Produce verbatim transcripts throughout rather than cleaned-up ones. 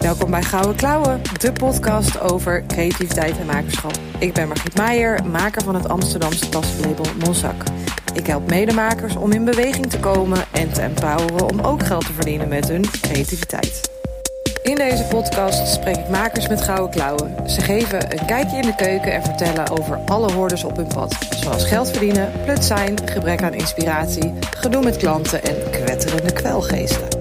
Welkom bij Gouden Klauwen, de podcast over creativiteit en makerschap. Ik ben Margriet Meijer, maker van het Amsterdamse tassenlabel Monzac. Ik help medemakers om in beweging te komen en te empoweren om ook geld te verdienen met hun creativiteit. In deze podcast spreek ik makers met gouden klauwen. Ze geven een kijkje in de keuken en vertellen over alle hordes op hun pad. Zoals geld verdienen, plut zijn, gebrek aan inspiratie, gedoe met klanten en kwetterende kwelgeesten.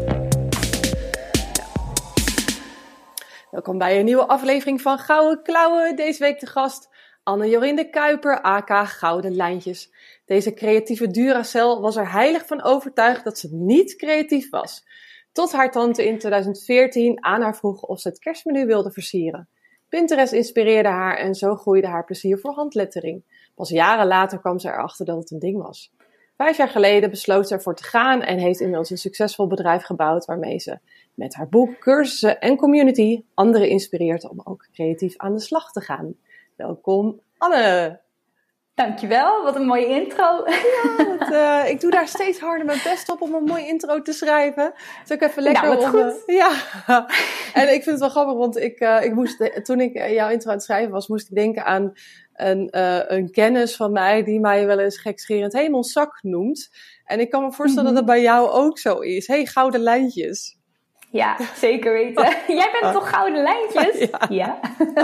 Welkom bij een nieuwe aflevering van Gouden Klauwen. Deze week de gast Anne-Jorinde Kuiper, aka Gouden Lijntjes. Deze creatieve Duracell was er heilig van overtuigd dat ze niet creatief was. Tot haar tante in twintig veertien aan haar vroeg of ze het kerstmenu wilde versieren. Pinterest inspireerde haar en zo groeide haar plezier voor handlettering. Pas jaren later kwam ze erachter dat het een ding was. Vijf jaar geleden besloot ze ervoor te gaan en heeft inmiddels een succesvol bedrijf gebouwd waarmee ze met haar boek, cursussen en community anderen inspireert om ook creatief aan de slag te gaan. Welkom Anne! Dankjewel, wat een mooie intro. Ja, het, uh, ik doe daar steeds harder mijn best op om een mooie intro te schrijven. Het is ook even lekker nou, wat om... goed. Uh, ja, en ik vind het wel grappig, want ik, uh, ik moest, toen ik jouw intro aan het schrijven was, moest ik denken aan een, uh, een kennis van mij die mij wel eens gekscherend hey, Monzac noemt. En ik kan me voorstellen mm-hmm. dat het bij jou ook zo is. Hey, gouden lijntjes. Ja, zeker weten. Jij bent toch gouden lijntjes? Ja. Ja,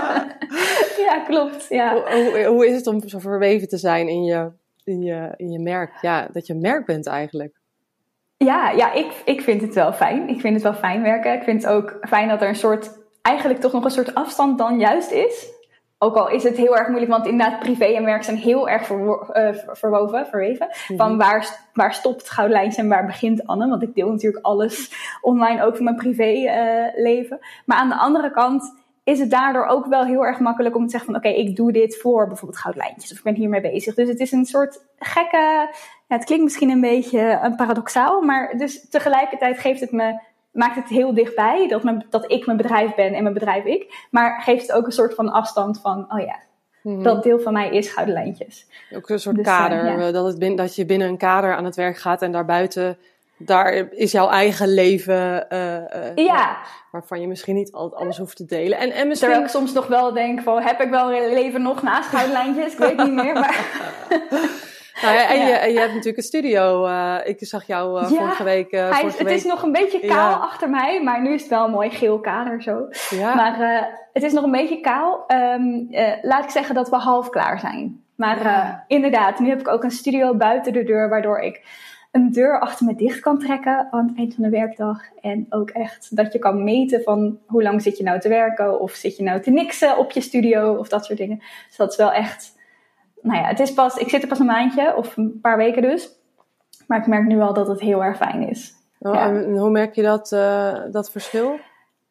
ja klopt. Ja. Hoe, hoe, hoe is het om zo verweven te zijn in je, in je, in je merk? Ja, dat je een merk bent eigenlijk. Ja, ja ik, ik vind het wel fijn. Ik vind het wel fijn werken. Ik vind het ook fijn dat er een soort, eigenlijk toch nog een soort afstand dan juist is. Ook al is het heel erg moeilijk, want inderdaad privé en werk zijn heel erg verwo- uh, verwoven, verweven. Mm-hmm. Van waar, waar stopt Gouden Lijntjes en waar begint Anne? Want ik deel natuurlijk alles online, ook van mijn privéleven. Uh, maar aan de andere kant is het daardoor ook wel heel erg makkelijk om te zeggen van oké, okay, ik doe dit voor bijvoorbeeld Gouden Lijntjes. Of ik ben hiermee bezig. Dus het is een soort gekke, ja, het klinkt misschien een beetje een paradoxaal. Maar dus tegelijkertijd geeft het me... maakt het heel dichtbij dat, mijn, dat ik mijn bedrijf ben en mijn bedrijf ik. Maar geeft het ook een soort van afstand van, oh ja, mm-hmm. dat deel van mij is Gouden Lijntjes. Ook een soort dus, kader, uh, ja. dat, het bin, dat je binnen een kader aan het werk gaat en daarbuiten, daar is jouw eigen leven, uh, uh, ja. waarvan je misschien niet altijd alles hoeft te delen. En, en misschien... Terwijl ik soms nog wel denk van, heb ik wel een leven nog naast Gouden Lijntjes? Ik weet niet meer, maar... Nou ja, en, ja. je, en je hebt natuurlijk een studio. Uh, ik zag jou uh, ja, vorige week... Uh, hij, vorige het week... is nog een beetje kaal ja. achter mij, maar nu is het wel een mooi geel kader zo. Ja. Maar uh, het is nog een beetje kaal. Um, uh, laat ik zeggen dat we half klaar zijn. Maar ja. uh, inderdaad, nu heb ik ook een studio buiten de deur, waardoor ik een deur achter me dicht kan trekken aan het eind van de werkdag. En ook echt dat je kan meten van hoe lang zit je nou te werken, of zit je nou te niksen op je studio, of dat soort dingen. Dus dat is wel echt... Nou ja, het is pas, ik zit er pas een maandje of een paar weken dus. Maar ik merk nu al dat het heel erg fijn is. Oh, ja. En hoe merk je dat, uh, dat verschil?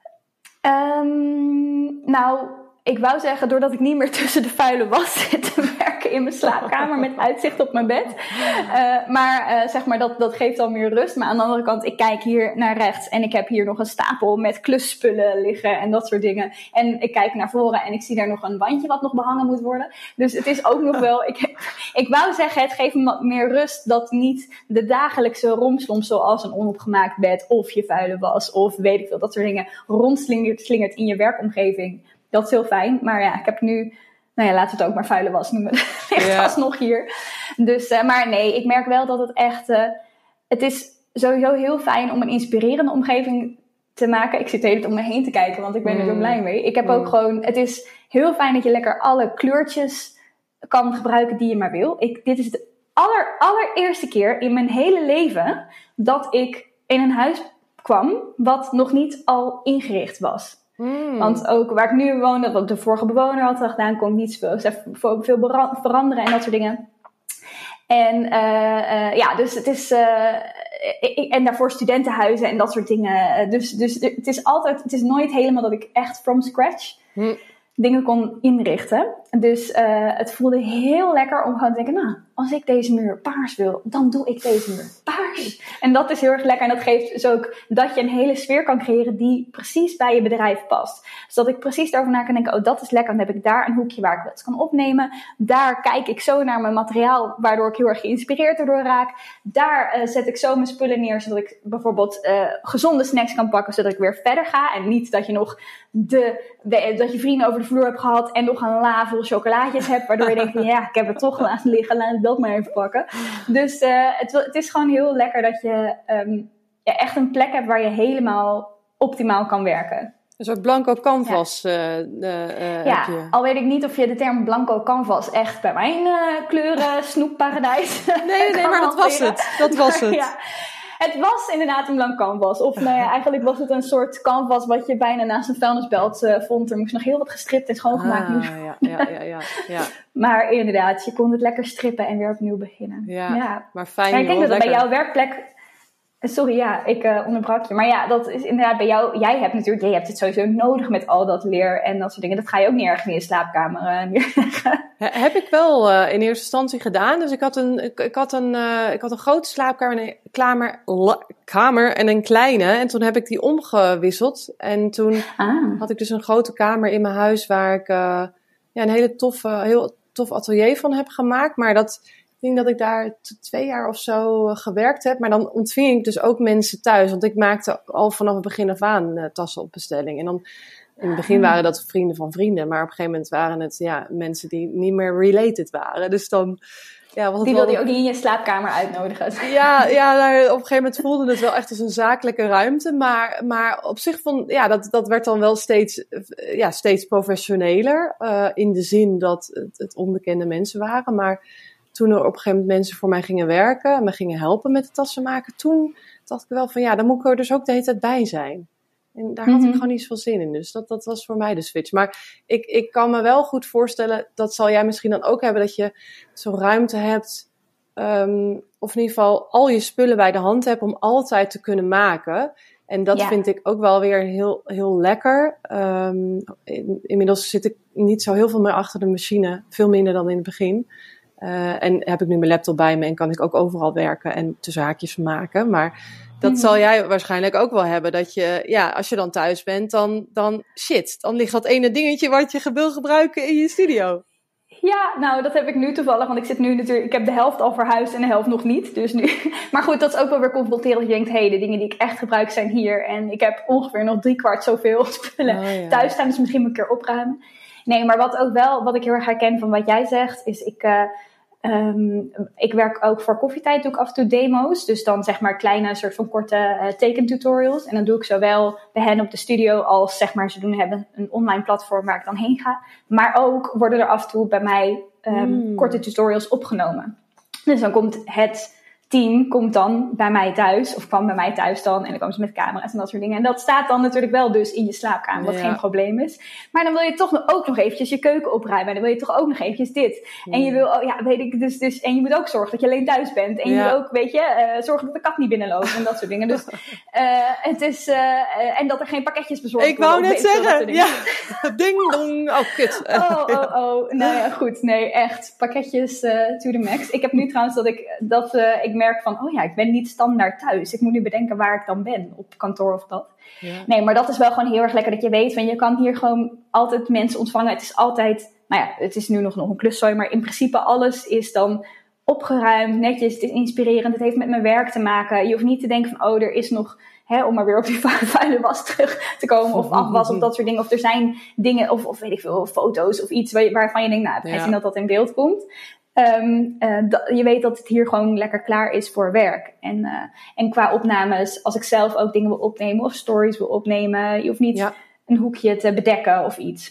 Um, nou, ik wou zeggen doordat ik niet meer tussen de vuile was zit te werken in mijn slaapkamer met uitzicht op mijn bed. Uh, maar uh, zeg maar, dat, dat geeft dan meer rust. Maar aan de andere kant, ik kijk hier naar rechts en ik heb hier nog een stapel met klusspullen liggen en dat soort dingen. En ik kijk naar voren en ik zie daar nog een bandje wat nog behangen moet worden. Dus het is ook nog wel, ik, ik wou zeggen, het geeft me wat meer rust dat niet de dagelijkse romslomp zoals een onopgemaakt bed of je vuile was of weet ik veel, dat soort dingen rondslingert slingert in je werkomgeving. Dat is heel fijn, maar ja, ik heb nu, nou ja, laten we het ook maar vuile was noemen. Het ligt ja. alsnog hier. Dus, uh, maar nee, ik merk wel dat het echt, uh, het is sowieso heel fijn om een inspirerende omgeving te maken. Ik zit de hele tijd om me heen te kijken, want ik ben mm. er zo blij mee. Ik heb mm. ook gewoon, het is heel fijn dat je lekker alle kleurtjes kan gebruiken die je maar wil. Ik, dit is de aller, allereerste keer in mijn hele leven dat ik in een huis kwam wat nog niet al ingericht was. Hmm. Want ook waar ik nu woonde, wat de vorige bewoner had gedaan, kon ik niet veel, veel veranderen en dat soort dingen. En uh, uh, ja, dus het is, uh, ik, en daarvoor studentenhuizen en dat soort dingen. Dus, dus het is altijd, het is nooit helemaal dat ik echt from scratch hmm. dingen kon inrichten. Dus uh, het voelde heel lekker om gewoon te denken, nou, als ik deze muur paars wil, dan doe ik deze muur paars. En dat is heel erg lekker. En dat geeft dus ook dat je een hele sfeer kan creëren die precies bij je bedrijf past. Dus dat ik precies daarover na kan denken, oh dat is lekker. Dan heb ik daar een hoekje waar ik wat kan opnemen. Daar kijk ik zo naar mijn materiaal, waardoor ik heel erg geïnspireerd erdoor raak. Daar uh, zet ik zo mijn spullen neer, zodat ik bijvoorbeeld uh, gezonde snacks kan pakken, zodat ik weer verder ga. En niet dat je nog de, de, dat je vrienden over de vloer hebt gehad en nog een la vol chocolaatjes hebt, waardoor je denkt, ja, ik heb het toch laten liggen, laat ik dat maar even pakken. Dus uh, het, het is gewoon heel lekker dat je um, ja, echt een plek hebt waar je helemaal optimaal kan werken. Een soort blanco canvas. Ja, uh, uh, ja heb je. Al weet ik niet of je de term blanco canvas echt bij mijn uh, kleuren snoepparadijs Nee, nee, nee maar dat was het. Dat was het. Ja. Het was inderdaad een blank canvas. Of nou ja, eigenlijk was het een soort canvas wat je bijna naast een vuilnisbelt uh, vond. Er moest nog heel wat gestript en schoongemaakt. Ah, ja, ja, ja, ja, ja. Maar inderdaad, je kon het lekker strippen en weer opnieuw beginnen. Ja, ja. Maar fijn. Maar ik denk joh, dat lekker. bij jouw werkplek... Sorry, ja, ik uh, onderbrak je. Maar ja, dat is inderdaad bij jou... Jij hebt natuurlijk, jij hebt het sowieso nodig met al dat leer en dat soort dingen. Dat ga je ook niet ergens in je slaapkamer uh, neerleggen. Heb ik wel uh, in eerste instantie gedaan. Dus ik had een, ik, ik had een, uh, ik had een grote slaapkamer en een kamer, la, kamer en een kleine. En toen heb ik die omgewisseld. En toen ah. had ik dus een grote kamer in mijn huis waar ik uh, ja, een hele toffe, heel tof atelier van heb gemaakt. Maar dat... Ik denk dat ik daar t- twee jaar of zo gewerkt heb. Maar dan ontving ik dus ook mensen thuis. Want ik maakte al vanaf het begin af aan uh, tassen op bestelling. En dan in het begin waren dat vrienden van vrienden. Maar op een gegeven moment waren het ja, mensen die niet meer related waren. Dus dan... Ja, was die wel... wilde je ook niet in je slaapkamer uitnodigen. Ja, ja nou, op een gegeven moment voelde het wel echt als een zakelijke ruimte. Maar, maar op zich vond... Ja, dat, dat werd dan wel steeds, ja, steeds professioneler. Uh, in de zin dat het, het onbekende mensen waren. Maar... Toen er op een gegeven moment mensen voor mij gingen werken en me gingen helpen met de tassen maken, toen dacht ik wel van ja, dan moet ik er dus ook de hele tijd bij zijn. En daar had mm-hmm. ik gewoon niet zoveel zin in. Dus dat, dat was voor mij de switch. Maar ik, ik kan me wel goed voorstellen, dat zal jij misschien dan ook hebben, dat je zo'n ruimte hebt, um, of in ieder geval al je spullen bij de hand hebt om altijd te kunnen maken. En dat ja. vind ik ook wel weer heel, heel lekker. Um, in, inmiddels zit ik niet zo heel veel meer achter de machine, veel minder dan in het begin. Uh, en heb ik nu mijn laptop bij me en kan ik ook overal werken en tussen haakjes maken. Maar dat hmm. zal jij waarschijnlijk ook wel hebben. Dat je, ja, als je dan thuis bent, dan, dan shit. Dan ligt dat ene dingetje wat je wil gebruiken in je studio. Ja, nou dat heb ik nu toevallig. Want ik zit nu natuurlijk, ik heb de helft al verhuisd en de helft nog niet. Dus nu. Maar goed, dat is ook wel weer confronterend. Je denkt, hé, hey, de dingen die ik echt gebruik zijn hier. En ik heb ongeveer nog drie kwart zoveel spullen oh, ja. thuis staan. Dus misschien moet ik een keer opruimen. Nee, maar wat ook wel, wat ik heel erg herken van wat jij zegt, is ik... Uh, Um, ik werk ook voor Koffietijd, doe ik af en toe demo's. Dus dan zeg maar kleine soort van korte uh, tekentutorials. En dan doe ik zowel bij hen op de studio als zeg maar ze doen hebben een online platform waar ik dan heen ga. Maar ook worden er af en toe bij mij um, mm. korte tutorials opgenomen. Dus dan komt het team komt dan bij mij thuis, of kwam bij mij thuis dan, en dan komen ze met camera's en dat soort dingen. En dat staat dan natuurlijk wel dus in je slaapkamer, wat ja. geen probleem is. Maar dan wil je toch ook nog eventjes je keuken opruimen, en dan wil je toch ook nog eventjes dit. Ja. En je wil, oh ja, weet ik, dus, dus, en je moet ook zorgen dat je alleen thuis bent. En ja. je wil ook, weet je, uh, zorgen dat de kat niet binnenloopt en dat soort dingen. Dus, uh, het is, uh, uh, en dat er geen pakketjes bezorgd ik worden. Ik wou net zeggen, ja, ding dong, oh kut. Oh, oh, oh, nou ja, goed, nee, echt, pakketjes uh, to the max. Ik heb nu trouwens dat ik, dat uh, ik merk van, oh ja, ik ben niet standaard thuis. Ik moet nu bedenken waar ik dan ben, op kantoor of dat. Ja. Nee, maar dat is wel gewoon heel erg lekker dat je weet, want je kan hier gewoon altijd mensen ontvangen. Het is altijd, nou ja, het is nu nog, nog een kluszooi, maar in principe alles is dan opgeruimd, netjes, het is inspirerend, het heeft met mijn werk te maken. Je hoeft niet te denken van, oh, er is nog, hè, om maar weer op die vuile was terug te komen, of afwas, of dat soort dingen. Of er zijn dingen, of, of weet ik veel, foto's of iets waarvan je denkt, nou, ik ga zien dat dat in beeld komt. Um, uh, d- je weet dat het hier gewoon lekker klaar is voor werk. En, uh, en qua opnames, als ik zelf ook dingen wil opnemen of stories wil opnemen, je hoeft niet ja. een hoekje te bedekken of iets.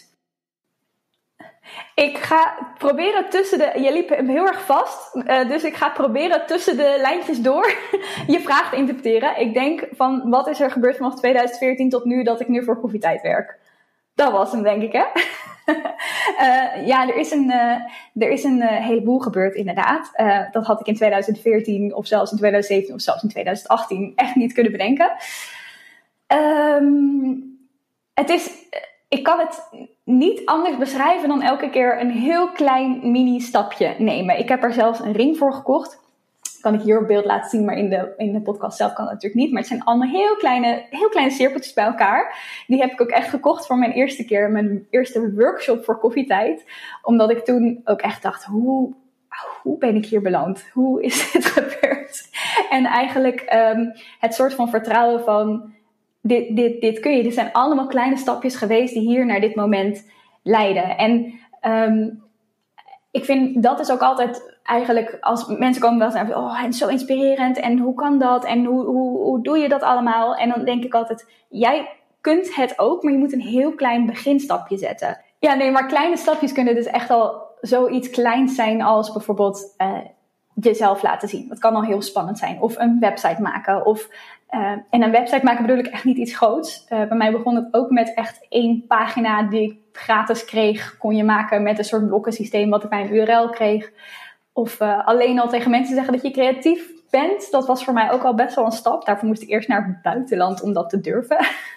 Ik ga proberen tussen de... Je liep heel erg vast, uh, dus ik ga proberen tussen de lijntjes door je vraag te interpreteren. Ik denk van, wat is er gebeurd vanaf twintig veertien tot nu dat ik nu voor Koffietijd werk? Dat was hem, denk ik, hè? uh, ja, er is een, uh, er is een uh, heleboel gebeurd, inderdaad. Uh, dat had ik in twintig veertien of zelfs in twintig zeventien of zelfs in twintig achttien echt niet kunnen bedenken. Um, het is... ik kan het niet anders beschrijven dan elke keer een heel klein mini-stapje nemen. Ik heb er zelfs een ring voor gekocht. Kan ik hier op beeld laten zien, maar in de, in de podcast zelf kan dat natuurlijk niet. Maar het zijn allemaal heel kleine, heel kleine cirkeltjes bij elkaar. Die heb ik ook echt gekocht voor mijn eerste keer. Mijn eerste workshop voor koffietijd. Omdat ik toen ook echt dacht, hoe, hoe ben ik hier beland? Hoe is dit gebeurd? En eigenlijk um, het soort van vertrouwen van, dit, dit, dit kun je. Dit zijn allemaal kleine stapjes geweest die hier naar dit moment leiden. En um, ik vind dat is ook altijd eigenlijk, als mensen komen wel zeggen, oh, en zo inspirerend en hoe kan dat en hoe, hoe, hoe doe je dat allemaal? En dan denk ik altijd, jij kunt het ook, maar je moet een heel klein beginstapje zetten. Ja, nee, maar kleine stapjes kunnen dus echt al zoiets kleins zijn als bijvoorbeeld uh, jezelf laten zien. Dat kan al heel spannend zijn. Of een website maken. Of, uh, en een website maken bedoel ik echt niet iets groots. Uh, bij mij begon het ook met echt één pagina die ik gratis kreeg. Kon je maken met een soort blokkensysteem wat ik bij een U R L kreeg. Of uh, alleen al tegen mensen zeggen dat je creatief bent. Dat was voor mij ook al best wel een stap. Daarvoor moest ik eerst naar het buitenland om dat te durven.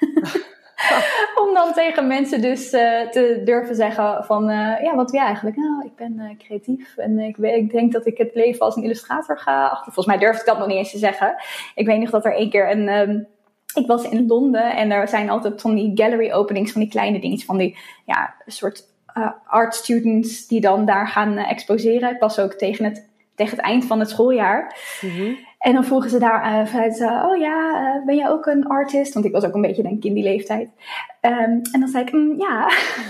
Om dan tegen mensen dus uh, te durven zeggen van, uh, ja, wat doe jij eigenlijk? Nou, ik ben uh, creatief en ik, ik denk dat ik het leven als een illustrator ga achter. Volgens mij durfde ik dat nog niet eens te zeggen. Ik weet nog dat er één keer een, um, ik was in Londen en er zijn altijd van die gallery openings, van die kleine dingetjes, van die, ja, een soort uh, art students die dan daar gaan uh, exposeren. Ik was ook tegen het, tegen het eind van het schooljaar. Mm-hmm. En dan vroegen ze daar uh, vanuit, uh, oh ja, uh, ben jij ook een artist? Want ik was ook een beetje, denk ik, in die leeftijd. Um, en dan zei ik, mm, ja.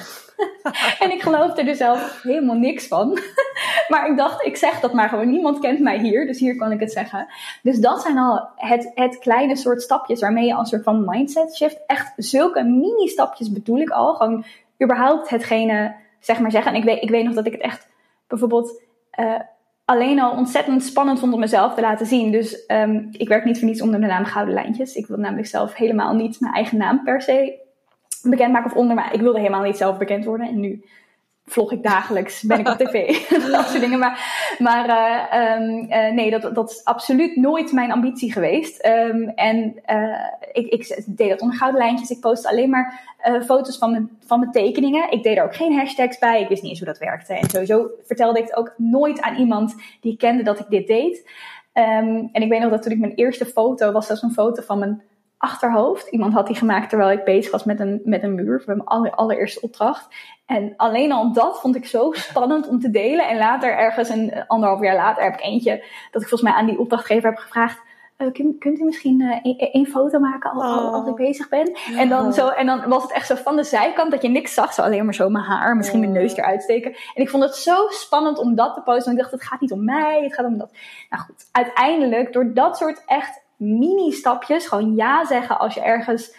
En ik geloofde er zelf helemaal niks van. Maar ik dacht, ik zeg dat maar gewoon. Niemand kent mij hier, dus hier kan ik het zeggen. Dus dat zijn al het, het kleine soort stapjes waarmee je als soort van mindset shift. Echt zulke mini-stapjes bedoel ik al. Gewoon überhaupt hetgene, zeg maar zeggen. En ik weet, ik weet nog dat ik het echt bijvoorbeeld Uh, alleen al ontzettend spannend vond om mezelf te laten zien. Dus um, ik werk niet voor niets onder de naam Gouden Lijntjes. Ik wil namelijk zelf helemaal niet mijn eigen naam per se bekendmaken of onder. Maar ik wilde helemaal niet zelf bekend worden. En nu vlog ik dagelijks, ben ik op tv. Dat soort dingen. Maar, maar uh, um, uh, nee, dat, dat is absoluut nooit mijn ambitie geweest. Um, en uh, ik, ik deed dat onder Gouden Lijntjes. Ik postte alleen maar uh, foto's van mijn, van mijn tekeningen. Ik deed er ook geen hashtags bij. Ik wist niet eens hoe dat werkte. En sowieso vertelde ik het ook nooit aan iemand die kende dat ik dit deed. Um, en ik weet nog dat toen ik mijn eerste foto, was zelfs een foto van mijn achterhoofd. Iemand had die gemaakt terwijl ik bezig was met een, met een muur. Voor mijn aller, allereerste opdracht. En alleen al dat vond ik zo spannend om te delen. En later, ergens een anderhalf jaar later, heb ik eentje dat ik volgens mij aan die opdrachtgever heb gevraagd. Uh, kunt, kunt u misschien uh, één foto maken als, oh. als ik bezig ben? Ja. En, dan zo, en dan was het echt zo van de zijkant dat je niks zag. Zo alleen maar zo mijn haar, misschien mijn neus eruit steken. En ik vond het zo spannend om dat te posten. Want ik dacht, het gaat niet om mij, het gaat om dat. Nou goed, uiteindelijk door dat soort echt mini-stapjes, gewoon ja zeggen als je ergens,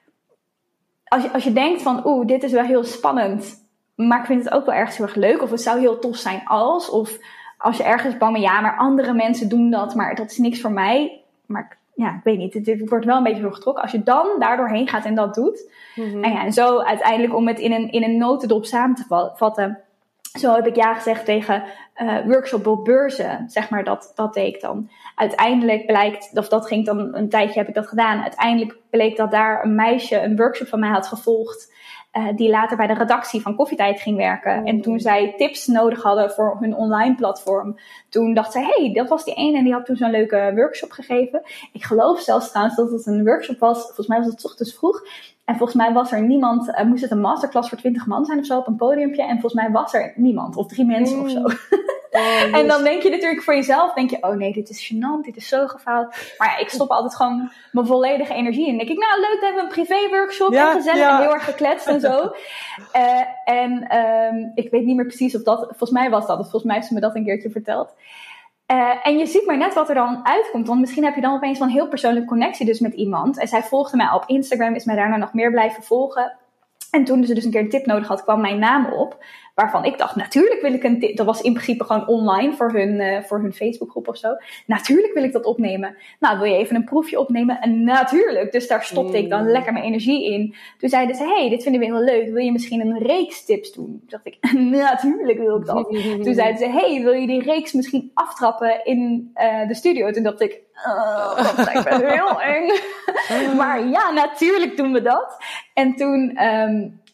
als je, als je denkt van, oeh, dit is wel heel spannend, maar ik vind het ook wel ergens heel erg leuk, of het zou heel tof zijn als, of als je ergens bang bent, ja, maar andere mensen doen dat, maar dat is niks voor mij, maar ja, ik weet niet, het, het wordt wel een beetje doorgetrokken. Als je dan daardoor heen gaat en dat doet, mm-hmm. en ja, en zo uiteindelijk om het in een, in een notendop samen te vatten, zo heb ik ja gezegd tegen uh, workshop op beurzen, zeg maar, dat, dat deed ik dan. Uiteindelijk blijkt, of dat ging dan een tijdje heb ik dat gedaan. Uiteindelijk bleek dat daar een meisje een workshop van mij had gevolgd, uh, die later bij de redactie van Koffietijd ging werken. Oh. En toen zij tips nodig hadden voor hun online platform, toen dacht zij, hé, hey, dat was die ene en die had toen zo'n leuke workshop gegeven. Ik geloof zelfs trouwens dat het een workshop was, volgens mij was het 's ochtends vroeg. En volgens mij was er niemand, uh, moest het een masterclass voor twintig man zijn of zo op een podiumpje. En volgens mij was er niemand, of drie mensen mm. of zo. Oh, yes. En dan denk je natuurlijk voor jezelf, denk je, oh nee, dit is gênant, dit is zo gefaald. Maar ja, ik stop altijd gewoon mijn volledige energie in. Dan denk ik, nou leuk, we hebben een privé workshop ja, en gezellig ja. en heel erg gekletst en zo. uh, en um, ik weet niet meer precies of dat, volgens mij was dat, of volgens mij heeft ze me dat een keertje verteld. Uh, en je ziet maar net wat er dan uitkomt. Want misschien heb je dan opeens wel een heel persoonlijke connectie dus met iemand. En zij volgde mij op Instagram, is mij daarna nog meer blijven volgen. En toen ze dus een keer een tip nodig had, kwam mijn naam op. Waarvan ik dacht, natuurlijk wil ik een tip. Dat was in principe gewoon online voor hun, uh, voor hun Facebookgroep of zo. Natuurlijk wil ik dat opnemen. Nou, wil je even een proefje opnemen? En natuurlijk. Dus daar stopte ik dan lekker mijn energie in. Toen zeiden ze, hey, dit vinden we heel leuk. Wil je misschien een reeks tips doen? Toen dacht ik, natuurlijk wil ik dat. Toen zeiden ze, hey, wil je die reeks misschien aftrappen in uh, de studio? Toen dacht ik, uh, dat lijkt me heel eng. Maar ja, natuurlijk doen we dat. En toen Um,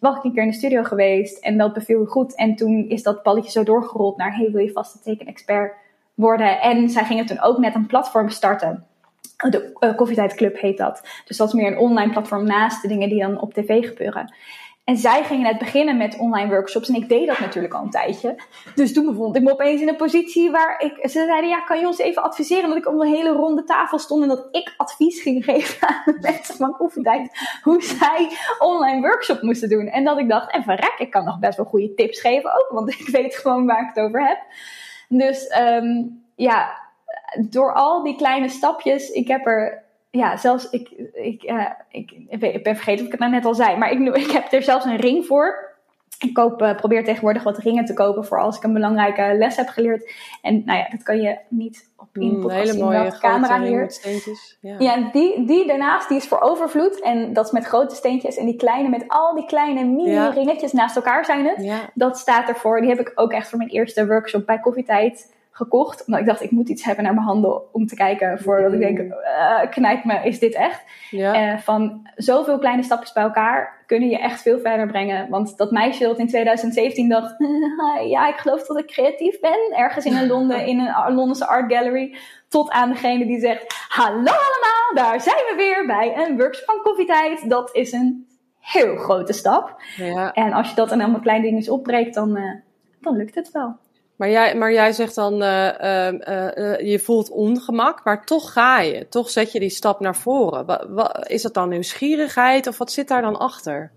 was ik een keer in de studio geweest en dat beviel goed. En toen is dat balletje zo doorgerold naar, hey, wil je vaste tekenexpert worden? En zij gingen toen ook net een platform starten. De uh, Koffietijdclub heet dat. Dus dat is meer een online platform naast de dingen die dan op tv gebeuren. En zij gingen net beginnen met online workshops. En ik deed dat natuurlijk al een tijdje. Dus toen bevond ik me opeens in een positie waar ik... Ze zeiden, ja, kan je ons even adviseren? Dat ik op een hele ronde tafel stond en dat ik advies ging geven aan de mensen van Koffietijd. Hoe zij online workshop moesten doen. En dat ik dacht, en verrek, ik kan nog best wel goede tips geven ook. Want ik weet gewoon waar ik het over heb. Dus um, ja, door al die kleine stapjes, ik heb er... Ja, zelfs, ik, ik, uh, ik, ik ben vergeten of ik het nou net al zei, maar ik, ik heb er zelfs een ring voor. Ik koop, uh, probeer tegenwoordig wat ringen te kopen voor als ik een belangrijke les heb geleerd. En nou ja, dat kan je niet op in mm, hele mooie camera hier. Met steentjes. Ja, ja die, die daarnaast, die is voor overvloed. En dat is met grote steentjes. En die kleine, met al die kleine mini-ringetjes ja. naast elkaar zijn het. Ja. Dat staat ervoor. Die heb ik ook echt voor mijn eerste workshop bij Koffietijd gekocht. Omdat ik dacht, ik moet iets hebben naar mijn handen om te kijken voordat mm. ik denk, uh, knijp me, is dit echt? Ja. Uh, van zoveel kleine stapjes bij elkaar kunnen je echt veel verder brengen. Want dat meisje dat in twintig zeventien dacht, ja, ik geloof dat ik creatief ben. Ergens in een Londen, in een Londense art gallery. Tot aan degene die zegt, hallo allemaal, daar zijn we weer bij een workshop van Koffietijd. Dat is een heel grote stap. Ja. En als je dat in allemaal kleine dingen opbreekt, dan, uh, dan lukt het wel. Maar jij, maar jij zegt dan, uh, uh, uh, je voelt ongemak, maar toch ga je. Toch zet je die stap naar voren. Wa, wa, is dat dan nieuwsgierigheid of wat zit daar dan achter?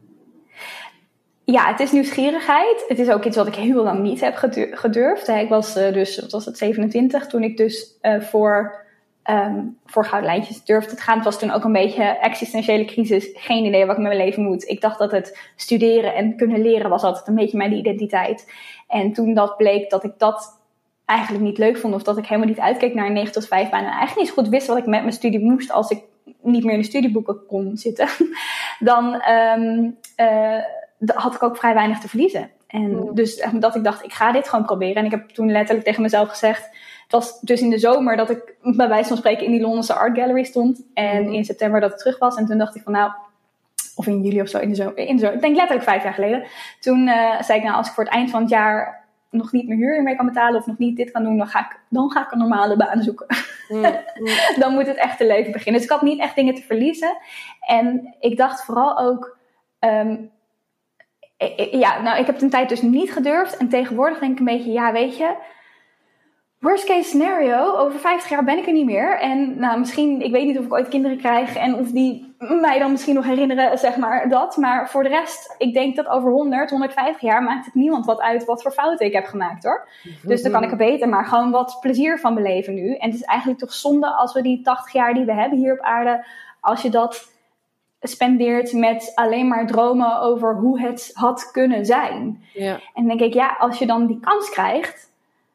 Ja, het is nieuwsgierigheid. Het is ook iets wat ik heel lang niet heb gedurfd. Ik was uh, dus, wat was het, zevenentwintig, toen ik dus uh, voor, um, voor Gouden Lijntjes durfde te gaan. Het was toen ook een beetje existentiële crisis. Geen idee wat ik met mijn leven moet. Ik dacht dat het studeren en kunnen leren was altijd een beetje mijn identiteit. En toen dat bleek dat ik dat eigenlijk niet leuk vond. Of dat ik helemaal niet uitkeek naar een negen tot vijf baan. En eigenlijk niet zo goed wist wat ik met mijn studie moest als ik niet meer in de studieboeken kon zitten. Dan um, uh, had ik ook vrij weinig te verliezen. En mm. dus dat ik dacht, ik ga dit gewoon proberen. En ik heb toen letterlijk tegen mezelf gezegd. Het was dus in de zomer dat ik bij wijze van spreken in die Londense art gallery stond. En mm. in september dat ik terug was. En toen dacht ik van nou... Of in juli of zo, in de zomer. In de zomer. Ik denk letterlijk vijf jaar geleden. Toen uh, zei ik, nou, als ik voor het eind van het jaar nog niet mijn huur mee kan betalen of nog niet dit kan doen, dan ga ik, dan ga ik een normale baan zoeken. Mm, mm. Dan moet het echte leven beginnen. Dus ik had niet echt dingen te verliezen. En ik dacht vooral ook, um, ja, nou, ik heb het een tijd dus niet gedurfd. En tegenwoordig denk ik een beetje, ja, weet je, worst case scenario, over vijftig jaar ben ik er niet meer. En nou, misschien, ik weet niet of ik ooit kinderen krijg en of die mij dan misschien nog herinneren, zeg maar, dat. Maar voor de rest, ik denk dat over honderd, honderdvijftig jaar maakt het niemand wat uit wat voor fouten ik heb gemaakt, hoor. Mm-hmm. Dus dan kan ik er beter maar gewoon wat plezier van beleven nu. En het is eigenlijk toch zonde als we die tachtig jaar die we hebben hier op aarde, als je dat spendeert met alleen maar dromen over hoe het had kunnen zijn. Ja. En dan denk ik, ja, als je dan die kans krijgt,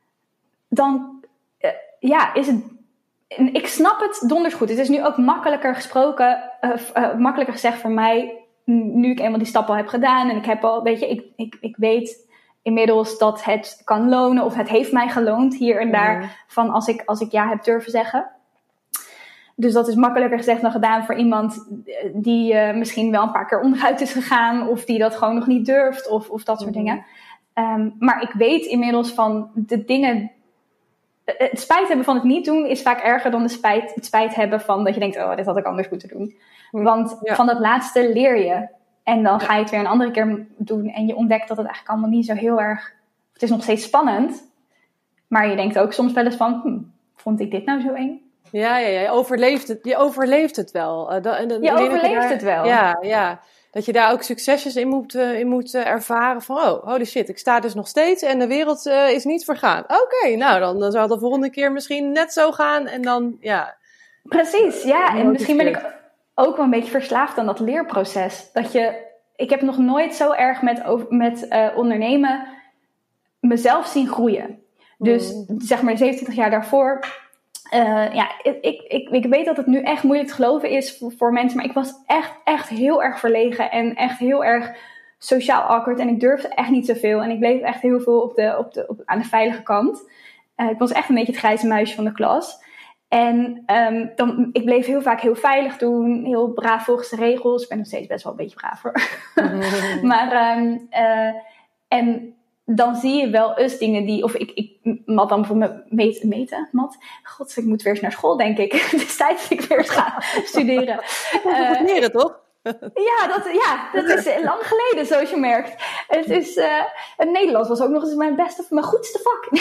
dan uh, ja, is het... Ik snap het donders goed. Het is nu ook makkelijker gesproken, uh, uh, makkelijker gezegd voor mij, nu ik eenmaal die stap al heb gedaan. En ik heb al, weet je, ik, ik, ik weet inmiddels dat het kan lonen, of het heeft mij geloond hier en daar, mm-hmm. van als ik, als ik ja heb durven zeggen. Dus dat is makkelijker gezegd dan gedaan voor iemand die uh, misschien wel een paar keer onderuit is gegaan, of die dat gewoon nog niet durft, of, of dat soort mm-hmm. dingen. Um, maar ik weet inmiddels van de dingen. Het spijt hebben van het niet doen is vaak erger dan de spijt, het spijt hebben van dat je denkt, oh, dit had ik anders moeten doen. Want ja. van dat laatste leer je. En dan ga je het weer een andere keer doen. En je ontdekt dat het eigenlijk allemaal niet zo heel erg... Het is nog steeds spannend. Maar je denkt ook soms wel eens van, hm, vond ik dit nou zo eng? Ja, ja, ja. Je overleeft het, je overleeft het wel. Uh, da, da, je overleeft daar, het wel. Ja, ja. Dat je daar ook succesjes in moet, uh, in moet uh, ervaren van, oh, holy shit, ik sta dus nog steeds en de wereld uh, is niet vergaan. Oké, okay, nou, dan, dan zal het de volgende keer misschien net zo gaan en dan, ja. Precies, ja. En misschien ben ik ook wel een beetje verslaafd aan dat leerproces. Dat je, ik heb nog nooit zo erg met, met uh, ondernemen mezelf zien groeien. Dus, mm. zeg maar, zevenentwintig jaar daarvoor... Uh, ja, ik, ik, ik weet dat het nu echt moeilijk te geloven is voor, voor mensen. Maar ik was echt, echt heel erg verlegen. En echt heel erg sociaal awkward. En ik durfde echt niet zoveel. En ik bleef echt heel veel op de, op de, op, aan de veilige kant. Uh, ik was echt een beetje het grijze muisje van de klas. En um, dan, ik bleef heel vaak heel veilig doen, heel braaf volgens de regels. Ik ben nog steeds best wel een beetje braaf hoor. maar, um, uh, en dan zie je wel eens dingen die, of ik, ik mat dan bijvoorbeeld meten, meten, mat. God, ik moet weer eens naar school, denk ik. Het is tijd dat ik weer eens ga studeren. Uh, leren, toch? Ja, dat, ja, dat is lang geleden, zoals je merkt. Het is, uh, het Nederlands was ook nog eens mijn beste, mijn goedste vak.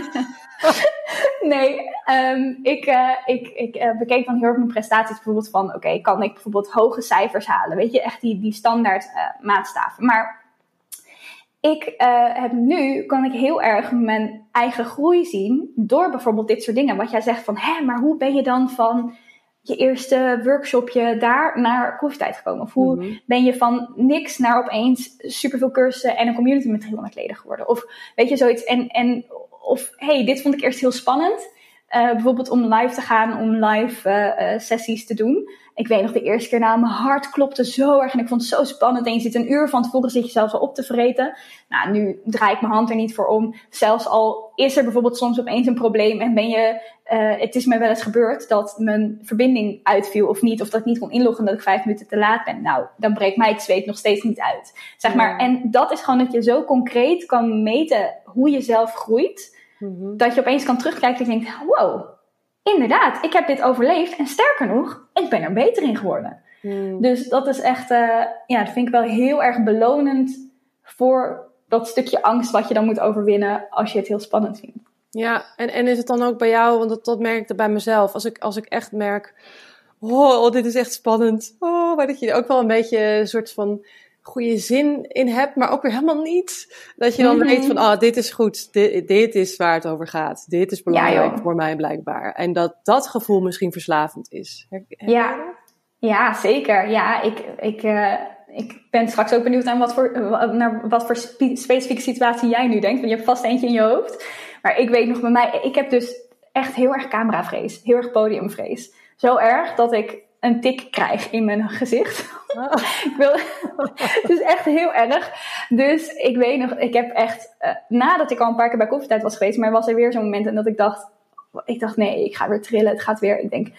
nee, um, ik, uh, ik, ik uh, bekeek dan heel erg mijn prestaties bijvoorbeeld van, oké, okay, kan ik bijvoorbeeld hoge cijfers halen? Weet je, echt die, die standaard uh, maatstaven. Maar ik uh, heb nu, kan ik heel erg mijn eigen groei zien door bijvoorbeeld dit soort dingen. Wat jij zegt van, hé, maar hoe ben je dan van je eerste workshopje daar naar koffietijd gekomen? Of hoe mm-hmm. ben je van niks naar opeens superveel cursussen en een community met driehonderd leden geworden? Of weet je, zoiets. En, en, of hey, dit vond ik eerst heel spannend. Uh, bijvoorbeeld om live te gaan, om live uh, uh, sessies te doen. Ik weet nog de eerste keer, nou, mijn hart klopte zo erg en ik vond het zo spannend. En je zit een uur van tevoren, zit je zelfs al op te vreten. Nou, nu draai ik mijn hand er niet voor om. Zelfs al is er bijvoorbeeld soms opeens een probleem en ben je, uh, het is me wel eens gebeurd dat mijn verbinding uitviel of niet. Of dat ik niet kon inloggen dat ik vijf minuten te laat ben. Nou, dan breekt mij het zweet nog steeds niet uit. Zeg maar. Ja. En dat is gewoon dat je zo concreet kan meten hoe je zelf groeit. Mm-hmm. Dat je opeens kan terugkijken en denkt, wow, inderdaad, ik heb dit overleefd. En sterker nog, ik ben er beter in geworden. Mm. Dus dat is echt, uh, ja, dat vind ik wel heel erg belonend voor dat stukje angst wat je dan moet overwinnen als je het heel spannend vindt. Ja, en, en is het dan ook bij jou, want dat, dat merk ik bij mezelf. Als ik, als ik echt merk, oh, oh, dit is echt spannend. Oh, maar dat je er ook wel een beetje een soort van goede zin in hebt, maar ook weer helemaal niet. Dat je dan mm-hmm. weet van, oh, dit is goed. Dit, dit is waar het over gaat. Dit is belangrijk ja, voor mij blijkbaar. En dat dat gevoel misschien verslavend is. Her, her- ja. ja, zeker. Ja, ik, ik, uh, ik ben straks ook benieuwd aan wat voor, uh, naar wat voor spe- specifieke situatie jij nu denkt. Want je hebt vast eentje in je hoofd. Maar ik weet nog bij mij, ik heb dus echt heel erg cameravrees. Heel erg podiumvrees. Zo erg dat ik een tik krijg in mijn gezicht. Oh. ik wil, het is echt heel erg. Dus ik weet nog, ik heb echt, uh, nadat ik al een paar keer bij koffietijd was geweest, maar was er weer zo'n moment en dat ik dacht, ik dacht nee, ik ga weer trillen, het gaat weer. Ik denk,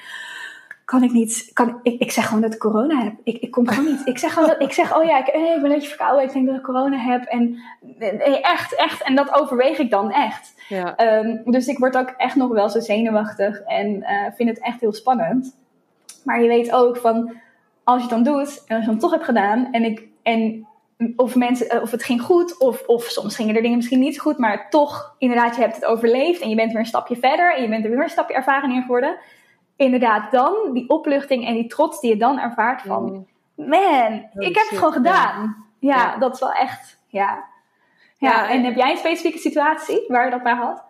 kan ik niet, kan, ik, ik zeg gewoon dat ik corona heb. Ik, ik kom gewoon niet. Ik zeg gewoon dat, ik zeg, oh ja, ik, ik ben een beetje verkouden, ik denk dat ik corona heb. En echt, echt, en dat overweeg ik dan echt. Ja. Um, dus ik word ook echt nog wel zo zenuwachtig en uh, vind het echt heel spannend. Maar je weet ook van, als je het dan doet, en als je het dan toch hebt gedaan, en, ik, en of, mensen, of het ging goed, of, of soms gingen er dingen misschien niet goed, maar toch, inderdaad, je hebt het overleefd, en je bent weer een stapje verder, en je bent er weer een stapje ervaren in geworden. Inderdaad, dan die opluchting en die trots die je dan ervaart van, man, ik heb het gewoon gedaan. Ja, ja, dat is wel echt, ja. Ja, ja, en heb jij een specifieke situatie waar je dat bij had?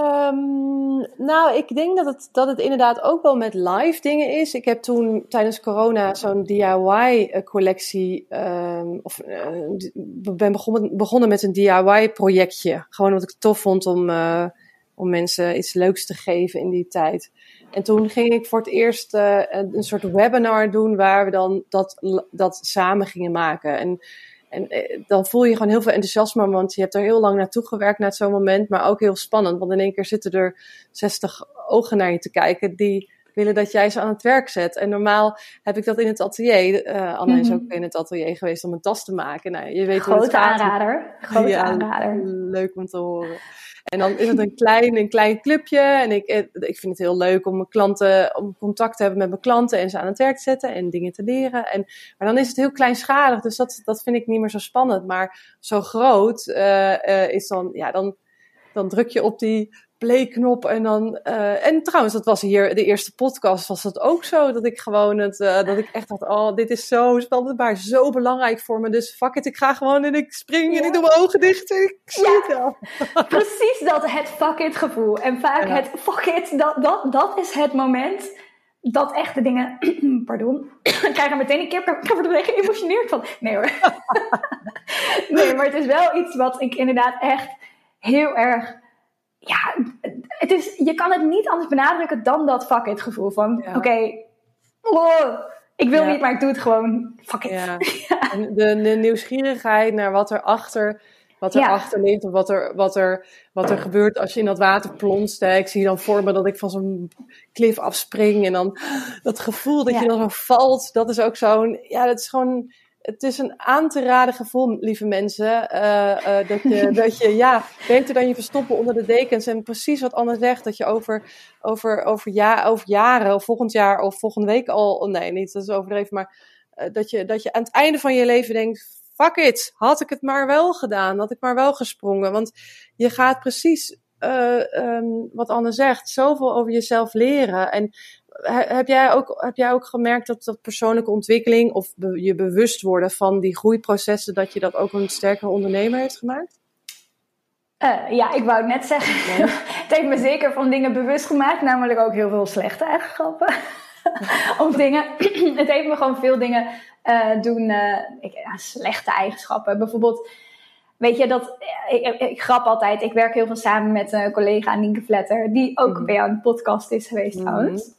Um, nou, ik denk dat het, dat het inderdaad ook wel met live dingen is. Ik heb toen tijdens corona zo'n D I Y-collectie, um, of uh, ben begonnen, begonnen met een D I Y-projectje. Gewoon wat ik tof vond om, uh, om mensen iets leuks te geven in die tijd. En toen ging ik voor het eerst uh, een soort webinar doen waar we dan dat, dat samen gingen maken. En En eh, dan voel je gewoon heel veel enthousiasme, want je hebt er heel lang naartoe gewerkt naar zo'n moment, maar ook heel spannend, want in één keer zitten er zestig ogen naar je te kijken die willen dat jij ze aan het werk zet. En normaal heb ik dat in het atelier. Uh, Anna mm-hmm. is ook in het atelier geweest om een tas te maken. Nou, je weet Grote aanrader. Grote ja, aanrader. Leuk om te horen. En dan is het een klein, een klein clubje. En ik, ik vind het heel leuk om mijn klanten, om contact te hebben met mijn klanten en ze aan het werk te zetten en dingen te leren. En, maar dan is het heel kleinschalig, dus dat, dat vind ik niet meer zo spannend. Maar zo groot uh, uh, is dan, ja, dan, dan druk je op die play-knop en dan, uh, en trouwens, dat was hier, de eerste podcast was dat ook zo, dat ik gewoon het, uh, dat ik echt dacht, oh, dit is zo spannend, maar zo belangrijk voor me, dus fuck it, ik ga gewoon en ik spring ja. en ik doe mijn ogen dicht en ik zie het wel. Precies dat, het fuck it gevoel. En vaak ja. het fuck it, dat, dat, dat is het moment dat echt de dingen, pardon, ik krijg er meteen een keer, ik word er geëmotioneerd van. Nee hoor. Nee, maar het is wel iets wat ik inderdaad echt heel erg, ja, het is, je kan het niet anders benadrukken dan dat fuck it gevoel van, ja. oké, okay, oh, ik wil ja. niet, maar ik doe het gewoon, fuck it. Ja. Ja. En de, de nieuwsgierigheid naar wat er achter wat er Ja. achter ligt. Of wat er, wat, er, wat er gebeurt als je in dat water plonst. Hè. Ik zie dan voor me dat ik van zo'n klif afspring. En dan dat gevoel dat Ja. je dan zo valt. Dat is ook zo'n... Ja, dat is gewoon... Het is een aan te raden gevoel, lieve mensen. Uh, uh, dat, je, dat je, ja, beter dan je verstoppen onder de dekens. En precies wat Anne zegt, dat je over, over, over, ja, over jaren, of volgend jaar, of volgende week al... Oh nee, niet, dat is overdreven, maar uh, dat, je, dat je aan het einde van je leven denkt... Fuck it, had ik het maar wel gedaan, had ik maar wel gesprongen. Want je gaat precies, uh, um, wat Anne zegt, zoveel over jezelf leren. En heb jij ook, heb jij ook gemerkt dat, dat persoonlijke ontwikkeling of be, je bewust worden van die groeiprocessen, dat je dat ook een sterkere ondernemer heeft gemaakt? Uh, ja, ik wou het net zeggen. Nee. Het heeft me zeker van dingen bewust gemaakt, namelijk ook heel veel slechte eigenschappen. of dingen. Het heeft me gewoon veel dingen uh, doen, uh, ik, ja, slechte eigenschappen. Bijvoorbeeld, weet je, dat, ik, ik, ik grap altijd, ik werk heel veel samen met een collega, Nienke Vletter, die ook mm-hmm. bij jou in de podcast is geweest mm-hmm. trouwens.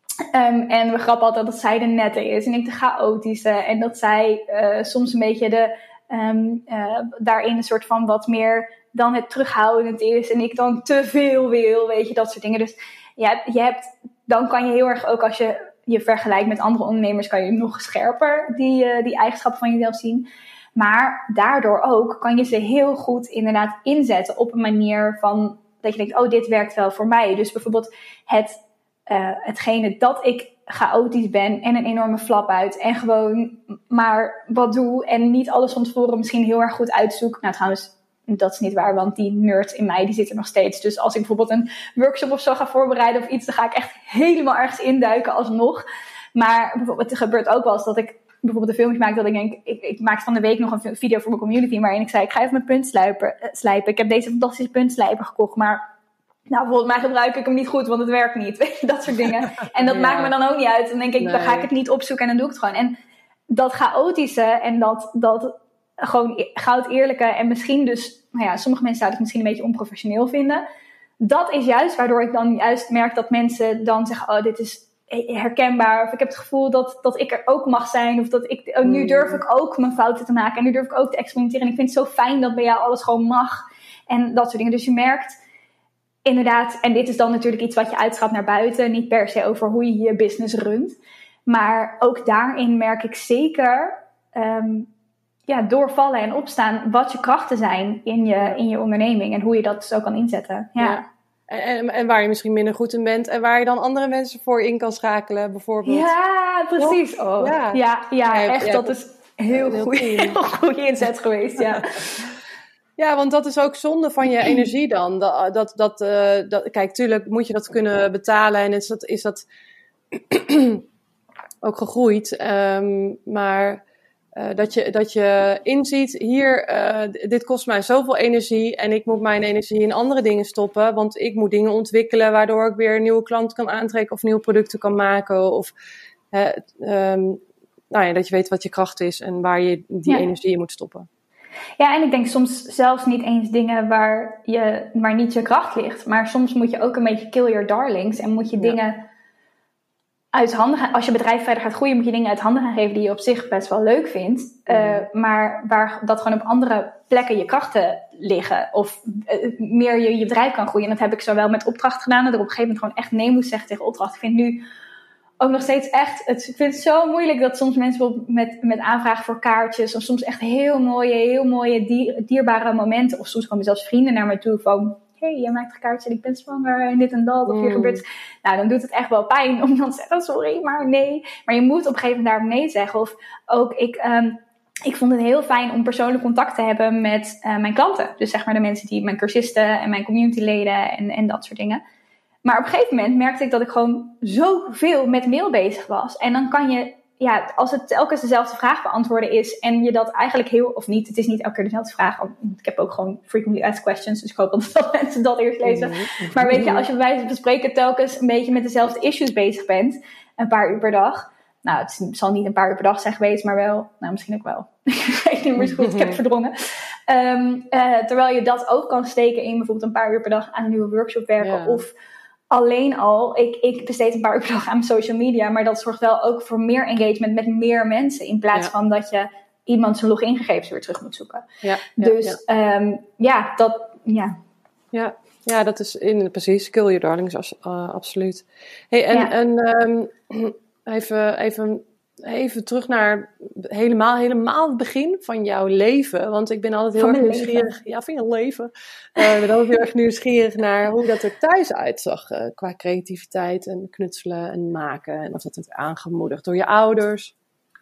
Um, en we grappen altijd dat zij de nette is en ik de chaotische. En dat zij uh, soms een beetje de, um, uh, daarin een soort van wat meer dan het terughoudend is. En ik dan te veel wil, weet je, dat soort dingen. Dus je hebt, je hebt, dan kan je heel erg ook als je je vergelijkt met andere ondernemers, kan je nog scherper die, uh, die eigenschappen van jezelf zien. Maar daardoor ook kan je ze heel goed inderdaad inzetten op een manier van dat je denkt, oh, dit werkt wel voor mij. Dus bijvoorbeeld het... Uh, hetgene dat ik chaotisch ben en een enorme flap uit en gewoon maar wat doe en niet alles van tevoren misschien heel erg goed uitzoek. Nou trouwens, dat is niet waar, want die nerd in mij die zit er nog steeds. Dus als ik bijvoorbeeld een workshop of zo ga voorbereiden of iets, dan ga ik echt helemaal ergens induiken alsnog. Maar bijvoorbeeld, het gebeurt ook wel eens dat ik bijvoorbeeld een filmpje maak dat ik denk, ik, ik maak van de week nog een video voor mijn community waarin ik zei, ik ga even mijn punt slijpen, uh, slijpen. Ik heb deze fantastische puntslijper gekocht, maar nou, volgens mij gebruik ik hem niet goed, want het werkt niet. Weet je, dat soort dingen. En dat ja. maakt me dan ook niet uit. Dan denk ik, nee. dan ga ik het niet opzoeken en dan doe ik het gewoon. En dat chaotische en dat, dat gewoon goud eerlijke en misschien dus, nou ja, sommige mensen zouden het misschien een beetje onprofessioneel vinden. Dat is juist waardoor ik dan juist merk dat mensen dan zeggen, oh, dit is herkenbaar. Of ik heb het gevoel dat, dat ik er ook mag zijn. Of dat ik, oh, nu durf ik ook mijn fouten te maken. En nu durf ik ook te experimenteren. En ik vind het zo fijn dat bij jou alles gewoon mag. En dat soort dingen. Dus je merkt... Inderdaad, en dit is dan natuurlijk iets wat je uitstraalt naar buiten. Niet per se over hoe je je business runt. Maar ook daarin merk ik zeker... Um, ja, doorvallen en opstaan wat je krachten zijn in je, in je onderneming. En hoe je dat zo kan inzetten. Ja. ja. En, en waar je misschien minder goed in bent. En waar je dan andere mensen voor in kan schakelen, bijvoorbeeld. Ja, precies. Oh, ja. Ja, ja, ja, echt. Ja, dat is heel, heel goede, heel goede inzet geweest, ja. Ja, want dat is ook zonde van je energie dan. Dat, dat, dat, uh, dat, kijk, tuurlijk moet je dat kunnen betalen en is dat, is dat ook gegroeid. Um, maar uh, dat, je, dat je inziet, hier, uh, dit kost mij zoveel energie en ik moet mijn energie in andere dingen stoppen. Want ik moet dingen ontwikkelen waardoor ik weer nieuwe klanten kan aantrekken of nieuwe producten kan maken. Of uh, um, nou ja, dat je weet wat je kracht is en waar je die ja. energie in moet stoppen. Ja, en ik denk soms zelfs niet eens dingen waar, je, waar niet je kracht ligt. Maar soms moet je ook een beetje kill your darlings. En moet je ja. dingen uit handen gaan... Als je bedrijf verder gaat groeien, moet je dingen uit handen gaan geven die je op zich best wel leuk vindt. Ja. Uh, maar waar dat gewoon op andere plekken je krachten liggen. Of uh, meer je, je bedrijf kan groeien. En dat heb ik zowel met opdracht gedaan. Dat ik op een gegeven moment gewoon echt nee moest zeggen tegen opdracht. Ik vind nu... Ook nog steeds echt, het, ik vind het zo moeilijk dat soms mensen met, met aanvragen voor kaartjes, of soms echt heel mooie, heel mooie dier, dierbare momenten, of soms komen zelfs vrienden naar me toe van, hé, hey, jij maakt een kaartje en ik ben zwanger en dit en dat, of hier mm. gebeurt. Nou, dan doet het echt wel pijn om dan te zeggen, sorry, maar nee. Maar je moet op een gegeven moment daar nee zeggen. Of ook, ik, um, ik vond het heel fijn om persoonlijk contact te hebben met uh, mijn klanten. Dus zeg maar de mensen die, mijn cursisten en mijn communityleden en, en dat soort dingen. Maar op een gegeven moment merkte ik dat ik gewoon zoveel met mail bezig was. En dan kan je, ja, als het telkens dezelfde vraag beantwoorden is en je dat eigenlijk heel, of niet, het is niet elke keer dezelfde vraag. Ik heb ook gewoon frequently asked questions, dus ik hoop dat, dat mensen dat eerst lezen. Maar weet je, als je bij wijze van spreken telkens een beetje met dezelfde issues bezig bent, een paar uur per dag. Nou, het zal niet een paar uur per dag zijn geweest, maar wel, nou misschien ook wel. Ik weet niet meer zo goed, ik heb het verdrongen. Um, uh, terwijl je dat ook kan steken in bijvoorbeeld een paar uur per dag aan een nieuwe workshop werken ja. of... Alleen al, ik, ik besteed een paar uur per dag aan mijn social media, maar dat zorgt wel ook voor meer engagement met meer mensen. In plaats ja. van dat je iemand zijn logingegevens weer terug moet zoeken. Ja, ja, dus ja. Um, ja, dat... Ja. Ja, ja, dat is in, precies. Kill your darlings, als, uh, absoluut. Hey, en ja. en um, even, even, even terug naar helemaal, helemaal het begin van jouw leven. Want ik ben altijd heel van erg nieuwsgierig. Leven. Ja, van je leven. Uh, ik ben altijd heel erg nieuwsgierig naar hoe dat er thuis uitzag. Uh, qua creativiteit en knutselen en maken. En of dat werd aangemoedigd door je ouders.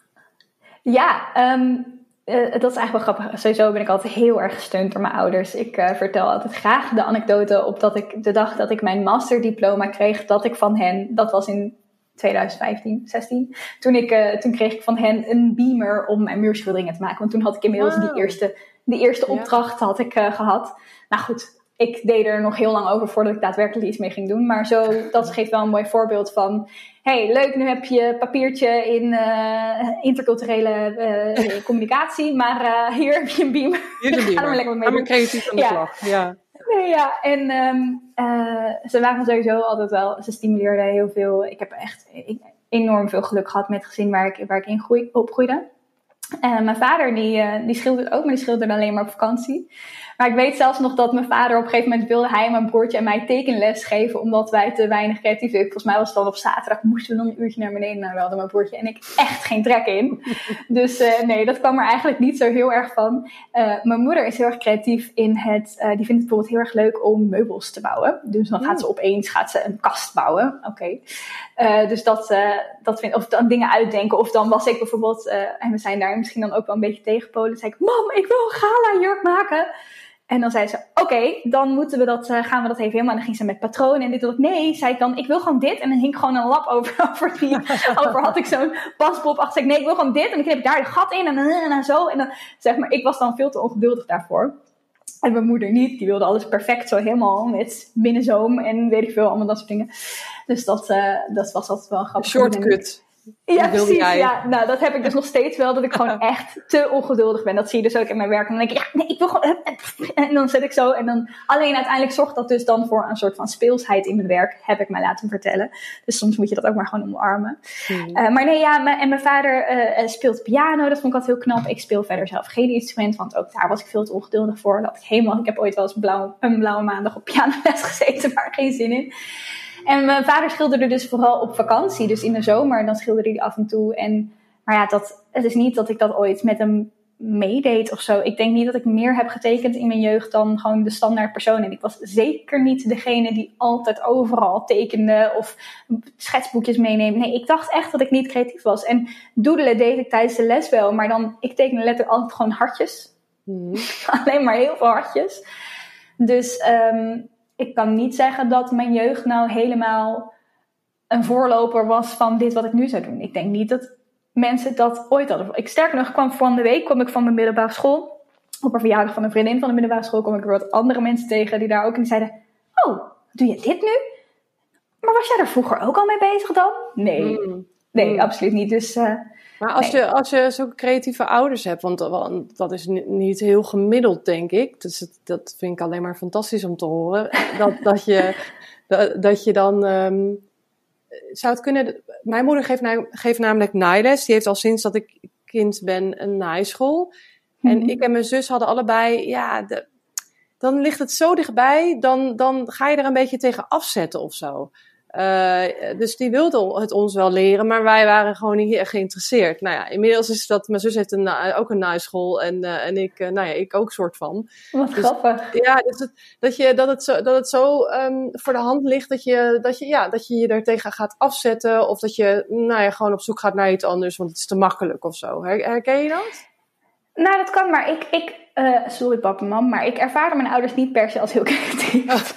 Ja, um, uh, dat is eigenlijk wel grappig. Sowieso ben ik altijd heel erg gesteund door mijn ouders. Ik uh, vertel altijd graag de anekdote op dat ik de dag dat ik mijn masterdiploma kreeg, dat ik van hen, dat was in twintig vijftien, zestien, toen, ik, uh, toen kreeg ik van hen een beamer om mijn muurschilderingen te maken. Want toen had ik inmiddels wow. die eerste, die eerste opdracht ja. had ik uh, gehad. Nou goed, ik deed er nog heel lang over voordat ik daadwerkelijk iets mee ging doen. Maar zo, dat geeft wel een mooi voorbeeld van... hey, leuk, nu heb je papiertje in uh, interculturele uh, communicatie. Maar uh, hier heb je een beamer. Hier is een beamer. Ga er maar lekker mee doen. Ga maar creatief aan de ja. slag. Ja. Nee, ja, en um, uh, ze waren sowieso altijd wel... Ze stimuleerden heel veel. Ik heb echt enorm veel geluk gehad met het gezin waar ik, waar ik in groei, opgroeide. Uh, mijn vader die, uh, die schilderde ook, maar die schilderde alleen maar op vakantie. Maar ik weet zelfs nog dat mijn vader op een gegeven moment wilde hij mijn broertje en mij tekenles geven, omdat wij te weinig creatief waren. Volgens mij was het dan op zaterdag, moesten we dan een uurtje naar beneden. Nou, we hadden mijn broertje en ik echt geen trek in. Dus uh, nee, dat kwam er eigenlijk niet zo heel erg van. Uh, mijn moeder is heel erg creatief in het, uh, die vindt het bijvoorbeeld heel erg leuk om meubels te bouwen. Dus dan gaat ze opeens gaat ze een kast bouwen. Oké. Okay. Uh, dus dat, uh, dat vind, of dan dingen uitdenken. Of dan was ik bijvoorbeeld, uh, en we zijn daar misschien dan ook wel een beetje tegenpolen. Dan zei ik, mam, ik wil een gala jurk maken. En dan zei ze, oké, okay, dan moeten we dat, uh, gaan we dat even helemaal. En dan ging ze met patronen en dit en dat. Nee, zei ik dan, ik wil gewoon dit. En dan hing gewoon een lap over, over die, over had ik zo'n paspop achter. Zei ik, nee, ik wil gewoon dit. En dan knip ik daar de gat in en dan, en dan zo. En dan, zeg maar, ik was dan veel te ongeduldig daarvoor. En mijn moeder niet, die wilde alles perfect, zo helemaal met binnenzoom en weet ik veel, allemaal dat soort dingen. Dus dat, uh, dat was altijd wel grappig. Shortcut. Ja, precies. Ja. Nou, dat heb ik dus nog steeds wel, dat ik gewoon echt te ongeduldig ben. Dat zie je dus ook in mijn werk. En dan denk ik, ja, nee, ik wil gewoon... En dan zet ik zo. En dan alleen uiteindelijk zorgt dat dus dan voor een soort van speelsheid in mijn werk, heb ik mij laten vertellen. Dus soms moet je dat ook maar gewoon omarmen. Hmm. Uh, maar nee, ja, mijn, en mijn vader uh, speelt piano. Dat vond ik altijd heel knap. Ik speel verder zelf geen instrument, want ook daar was ik veel te ongeduldig voor. Dat ik helemaal... Ik heb ooit wel eens een blauwe, een blauwe maandag op pianoles gezeten, maar geen zin in. En mijn vader schilderde dus vooral op vakantie. Dus in de zomer, dan schilderde hij af en toe. En, maar ja, dat, het is niet dat ik dat ooit met hem meedeed of zo. Ik denk niet dat ik meer heb getekend in mijn jeugd dan gewoon de standaard persoon. En ik was zeker niet degene die altijd overal tekende of schetsboekjes meenemen. Nee, ik dacht echt dat ik niet creatief was. En doodelen deed ik tijdens de les wel. Maar dan, ik tekende letterlijk altijd gewoon hartjes. Mm. Alleen maar heel veel hartjes. Dus... Um, ik kan niet zeggen dat mijn jeugd nou helemaal een voorloper was van dit wat ik nu zou doen. Ik denk niet dat mensen dat ooit hadden. Ik sterker nog, kwam van de week kwam ik van mijn middelbare school. Op een verjaardag van een vriendin van de middelbare school kwam ik weer wat andere mensen tegen die daar ook in die zeiden, oh, doe je dit nu? Maar was jij er vroeger ook al mee bezig dan? Nee, mm. nee, mm. absoluut niet. Dus... Uh, Maar als, nee. je, als je zulke creatieve ouders hebt, want dat is niet heel gemiddeld, denk ik. Dus dat vind ik alleen maar fantastisch om te horen. Dat, dat, je, dat, dat je dan... Um, zou het kunnen... Mijn moeder geeft, na, geeft namelijk naailes. Die heeft al sinds dat ik kind ben een naaischool. Mm-hmm. En ik en mijn zus hadden allebei... Ja, de, dan ligt het zo dichtbij. Dan, dan ga je er een beetje tegen afzetten of zo. Uh, dus die wilde het ons wel leren, maar wij waren gewoon niet echt geïnteresseerd. Nou ja, inmiddels is dat, mijn zus heeft een, ook een naaischool en, uh, en ik, uh, nou ja, ik ook soort van. Wat dus, grappig. Ja, dus het, dat, je, dat, het zo, dat het zo um, voor de hand ligt dat je, dat, je, ja, dat je je er tegen gaat afzetten of dat je, nou ja, gewoon op zoek gaat naar iets anders, want het is te makkelijk of zo. Her, herken je dat? Nou, dat kan, maar ik, ik uh, sorry papa en mam, maar ik ervaarde mijn ouders niet per se als heel creatief.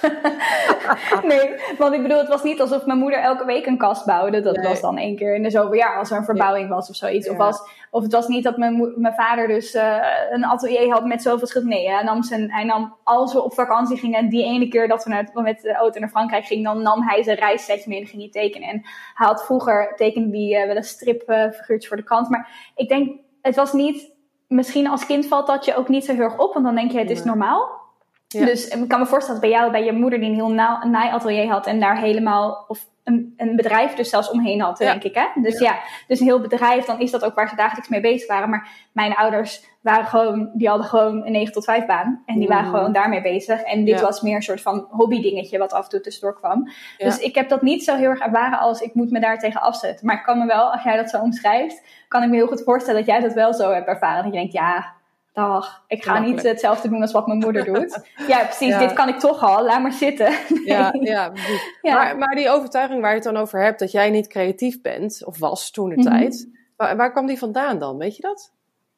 Nee, want ik bedoel, het was niet alsof mijn moeder elke week een kast bouwde. Dat nee. was dan één keer in de zoveel jaar als er een verbouwing ja. was of zoiets. Ja. Of, was, of het was niet dat mijn, mo- mijn vader dus uh, een atelier had met zoveel schilderijen. Nee, hij nam, zijn, hij nam, als we op vakantie gingen, die ene keer dat we naar, met de auto naar Frankrijk gingen, dan nam hij zijn reissetje mee en ging hij tekenen. En hij had vroeger, tekende hij uh, wel een stripfiguurtje uh, voor de krant. Maar ik denk, het was niet... Misschien als kind valt dat je ook niet zo heel erg op, want dan denk je het is normaal. Ja. Dus ik kan me voorstellen dat bij jou, bij je moeder die een heel na- naaiatelier had en daar helemaal, of een, een bedrijf dus zelfs omheen had, ja. denk ik. Hè? Dus ja. ja, dus een heel bedrijf, dan is dat ook waar ze dagelijks mee bezig waren. Maar mijn ouders waren gewoon, die hadden gewoon een negen tot vijf baan. En die mm. waren gewoon daarmee bezig. En dit ja. was meer een soort van hobby dingetje wat af en toe tussendoor kwam. Ja. Dus ik heb dat niet zo heel erg ervaren als ik moet me daar tegen afzetten. Maar ik kan me wel, als jij dat zo omschrijft, kan ik me heel goed voorstellen dat jij dat wel zo hebt ervaren. Dat je denkt, ja, dag, ik ga Makkelijk. niet hetzelfde doen als wat mijn moeder doet. Ja, precies, ja. dit kan ik toch al, laat maar zitten. Nee. Ja, ja, ja. Maar, maar die overtuiging waar je het dan over hebt, dat jij niet creatief bent, of was toen de mm-hmm. tijd, waar, waar kwam die vandaan dan, weet je dat?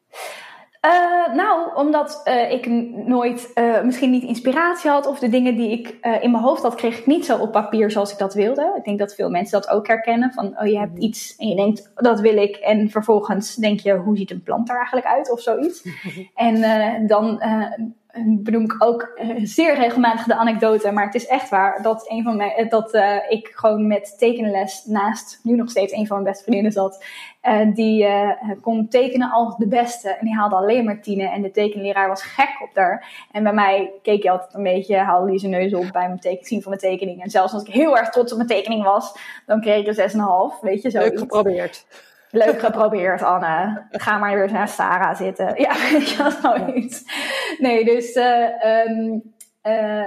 Uh, nou, omdat uh, ik n- nooit uh, misschien niet inspiratie had of de dingen die ik uh, in mijn hoofd had, kreeg ik niet zo op papier zoals ik dat wilde. Ik denk dat veel mensen dat ook herkennen. Van, oh, je hebt iets en je denkt, dat wil ik. En vervolgens denk je, hoe ziet een plant er eigenlijk uit of zoiets. En uh, dan uh, benoem ik ook uh, zeer regelmatig de anekdote, maar het is echt waar, dat, een van mijn, dat uh, ik gewoon met tekenles naast nu nog steeds een van mijn beste vriendinnen zat. Uh, die uh, kon tekenen als de beste. En die haalde alleen maar tienen. En de tekenleraar was gek op haar. En bij mij keek hij altijd een beetje, haalde hij zijn neus op bij mijn teken, zien van mijn tekening. En zelfs als ik heel erg trots op mijn tekening was, dan kreeg ik een zes komma vijf. Weet je, zo. Leuk geprobeerd. Leuk geprobeerd, Anne. Ga maar weer naar Sarah zitten. Ja, weet je wel, zoiets. Nee, dus uh, um, uh,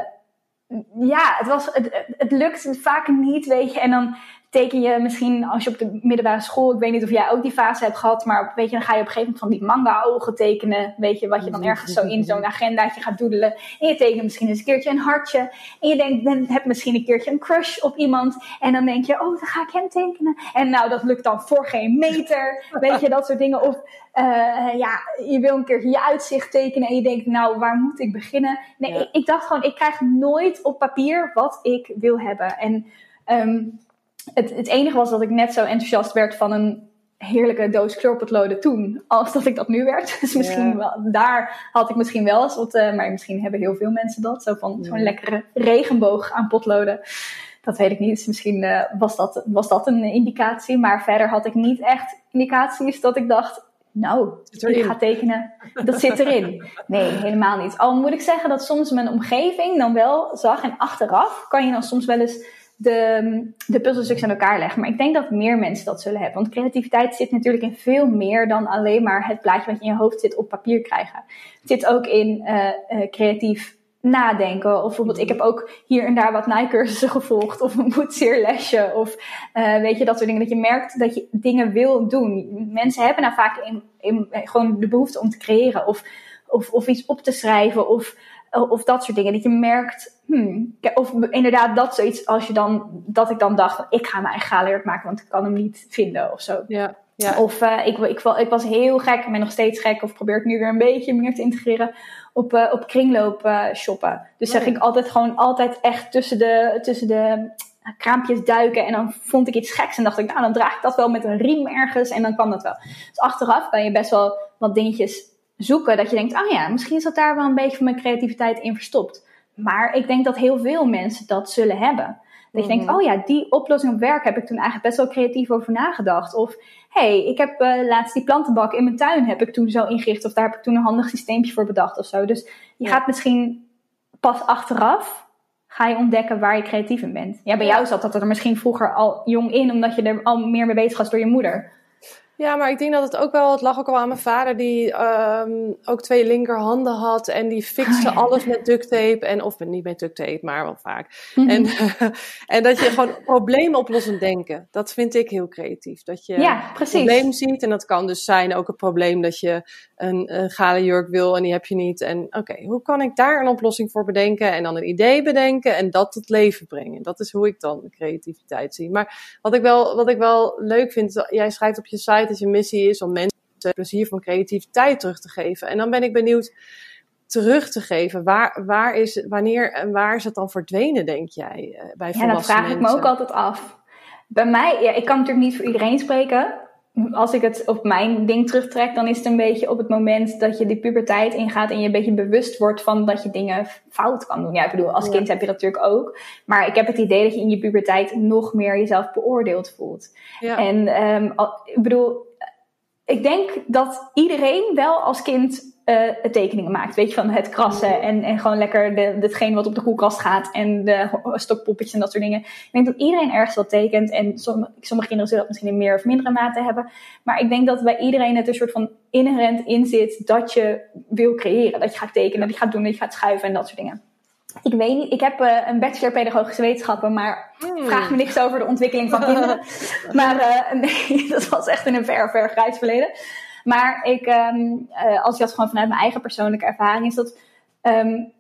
ja, het, was, het, het lukt vaak niet, weet je. En dan teken je misschien, als je op de middelbare school, ik weet niet of jij ook die fase hebt gehad, maar weet je, dan ga je op een gegeven moment van die manga-ogen tekenen, weet je, wat je dan ergens zo in zo'n agendaatje gaat doedelen. En je tekent misschien eens een keertje een hartje. En je denkt, dan heb je misschien een keertje een crush op iemand. En dan denk je, oh, dan ga ik hem tekenen. En nou, dat lukt dan voor geen meter. Weet je, dat soort dingen. Of uh, ja, je wil een keertje je uitzicht tekenen en je denkt, nou, waar moet ik beginnen? Nee, ja. ik, ik dacht gewoon, ik krijg nooit op papier wat ik wil hebben. En um, Het, het enige was dat ik net zo enthousiast werd van een heerlijke doos kleurpotloden toen, als dat ik dat nu werd. Dus misschien ja. wel, daar had ik misschien wel eens wat, uh, maar misschien hebben heel veel mensen dat. Zo van ja. zo'n lekkere regenboog aan potloden. Dat weet ik niet. Dus misschien uh, was, dat, was dat een indicatie. Maar verder had ik niet echt indicaties dat ik dacht, nou, ik ga tekenen. Dat zit erin. Nee, helemaal niet. Al moet ik zeggen dat soms mijn omgeving dan wel zag en achteraf kan je dan soms wel eens de, de puzzelstukjes aan elkaar leggen. Maar ik denk dat meer mensen dat zullen hebben. Want creativiteit zit natuurlijk in veel meer dan alleen maar het plaatje wat je in je hoofd zit op papier krijgen. Het zit ook in uh, uh, creatief nadenken. Of bijvoorbeeld, ik heb ook hier en daar wat naaicursussen gevolgd. Of een boetseerlesje. Of uh, weet je, dat soort dingen. Dat je merkt dat je dingen wil doen. Mensen hebben nou vaak in, in, gewoon de behoefte om te creëren. Of, of, of iets op te schrijven. Of, of dat soort dingen. Dat je merkt, hmm, of inderdaad dat zoiets als je dan, dat ik dan dacht, ik ga mijn eigen galenwerk maken, want ik kan hem niet vinden of zo. Ja, ja. Of uh, ik, ik, ik was heel gek, ik ben nog steeds gek, of probeer het nu weer een beetje meer te integreren op, uh, op kringloop uh, shoppen. Dus oh, dan ging ik altijd gewoon altijd echt tussen de, tussen de kraampjes duiken en dan vond ik iets geks en dacht ik, nou dan draag ik dat wel met een riem ergens en dan kwam dat wel. Dus achteraf kan je best wel wat dingetjes zoeken dat je denkt, oh ja, misschien is dat daar wel een beetje van mijn creativiteit in verstopt. Maar ik denk dat heel veel mensen dat zullen hebben. Dat je mm-hmm. denkt, oh ja, die oplossing op werk heb ik toen eigenlijk best wel creatief over nagedacht. Of, hé, hey, ik heb uh, laatst die plantenbak in mijn tuin heb ik toen zo ingericht. Of daar heb ik toen een handig systeempje voor bedacht of zo. Dus je ja. gaat misschien pas achteraf, ga je ontdekken waar je creatief in bent. Ja, bij ja. jou zat dat er misschien vroeger al jong in, omdat je er al meer mee bezig was door je moeder. Ja, maar ik denk dat het ook wel, het lag ook al aan mijn vader die um, ook twee linkerhanden had en die fixte oh, ja. alles met duct tape en of niet met duct tape, maar wel vaak. Mm-hmm. En, uh, en dat je gewoon probleemoplossend denken, dat vind ik heel creatief. Dat je ja, een probleem ziet en dat kan dus zijn ook het probleem dat je een, een galenjurk wil en die heb je niet. En oké, okay, hoe kan ik daar een oplossing voor bedenken en dan een idee bedenken en dat tot leven brengen. Dat is hoe ik dan creativiteit zie. Maar wat ik wel, wat ik wel leuk vind, jij schrijft op je site dat je missie is om mensen het plezier van creativiteit terug te geven. En dan ben ik benieuwd terug te geven. Waar, waar is, wanneer en waar is het dan verdwenen, denk jij, bij volwassen mensen? Ja, dat vraag ik me ook altijd af. Bij mij, ja, ik kan natuurlijk niet voor iedereen spreken. Als ik het op mijn ding terugtrek, dan is het een beetje op het moment dat je de puberteit ingaat en je een beetje bewust wordt van dat je dingen fout kan doen. Ja, ik bedoel, als kind ja. heb je dat natuurlijk ook. Maar ik heb het idee dat je in je puberteit nog meer jezelf beoordeeld voelt. Ja. En um, ik bedoel, ik denk dat iedereen wel als kind uh, tekeningen maakt. Weet je, van het krassen en, en gewoon lekker de, hetgeen wat op de koelkast gaat en de stokpoppetjes en dat soort dingen. Ik denk dat iedereen ergens wat tekent en sommige, sommige kinderen zullen dat misschien in meer of mindere mate hebben. Maar ik denk dat bij iedereen het een soort van inherent in zit dat je wil creëren. Dat je gaat tekenen, dat je gaat doen, dat je gaat schuiven en dat soort dingen. Ik weet niet, ik heb uh, een bachelor pedagogische wetenschappen, maar mm. vraag me niks over de ontwikkeling van kinderen. Maar uh, nee, dat was echt in een ver, ver grijs verleden. Maar ik, um, uh, als ik dat gewoon vanuit mijn eigen persoonlijke ervaring, is dat um,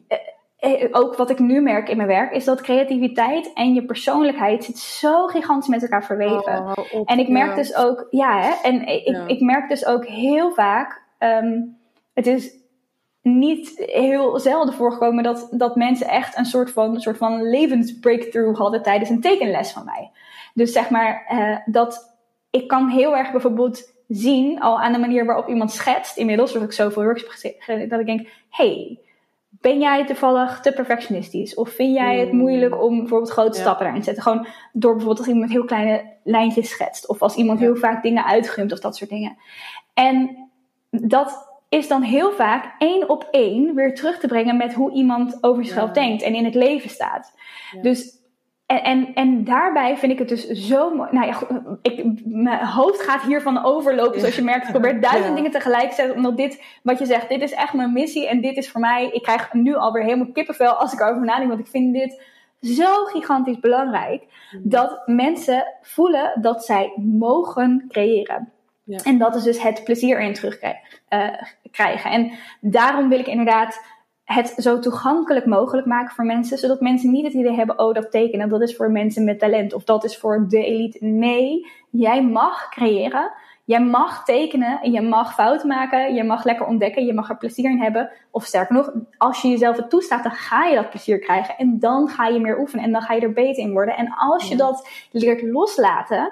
uh, ook wat ik nu merk in mijn werk, is dat creativiteit en je persoonlijkheid zit zo gigantisch met elkaar verweven. Oh, op, en ik merk ja. dus ook, ja, hè, en ik, ja. ik merk dus ook heel vaak, um, het is niet heel zelden voorgekomen dat, dat mensen echt een soort van, een soort van levensbreakthrough hadden tijdens een tekenles van mij. Dus zeg maar, uh, dat ik kan heel erg bijvoorbeeld zien, al aan de manier waarop iemand schetst, inmiddels, zoals ik zoveel workshops heb gedaan, dat ik denk, hey, ben jij toevallig te perfectionistisch? Of vind jij het moeilijk om bijvoorbeeld grote ja. stappen daarin te zetten? Gewoon door bijvoorbeeld als iemand heel kleine lijntjes schetst. Of als iemand ja. heel vaak dingen uitgumt of dat soort dingen. En dat is dan heel vaak één op één weer terug te brengen met hoe iemand over zichzelf ja. denkt en in het leven staat. Ja. Dus En, en, en daarbij vind ik het dus zo mooi. Nou ja, ik, mijn hoofd gaat hiervan overlopen. Zoals je merkt, ik probeer duizend ja. dingen tegelijk te zetten. Omdat dit, wat je zegt, dit is echt mijn missie. En dit is voor mij, ik krijg nu alweer helemaal kippenvel als ik erover nadenk. Want ik vind dit zo gigantisch belangrijk. Mm. Dat mensen voelen dat zij mogen creëren. Ja. En dat is dus het plezier in terugkrijgen. Uh, en daarom wil ik inderdaad het zo toegankelijk mogelijk maken voor mensen, zodat mensen niet het idee hebben, oh, dat tekenen, dat is voor mensen met talent, of dat is voor de elite. Nee, jij mag creëren, jij mag tekenen, en je mag fouten maken, je mag lekker ontdekken, je mag er plezier in hebben, of sterker nog, als je jezelf het toestaat, dan ga je dat plezier krijgen, en dan ga je meer oefenen, en dan ga je er beter in worden. En als je dat leert loslaten,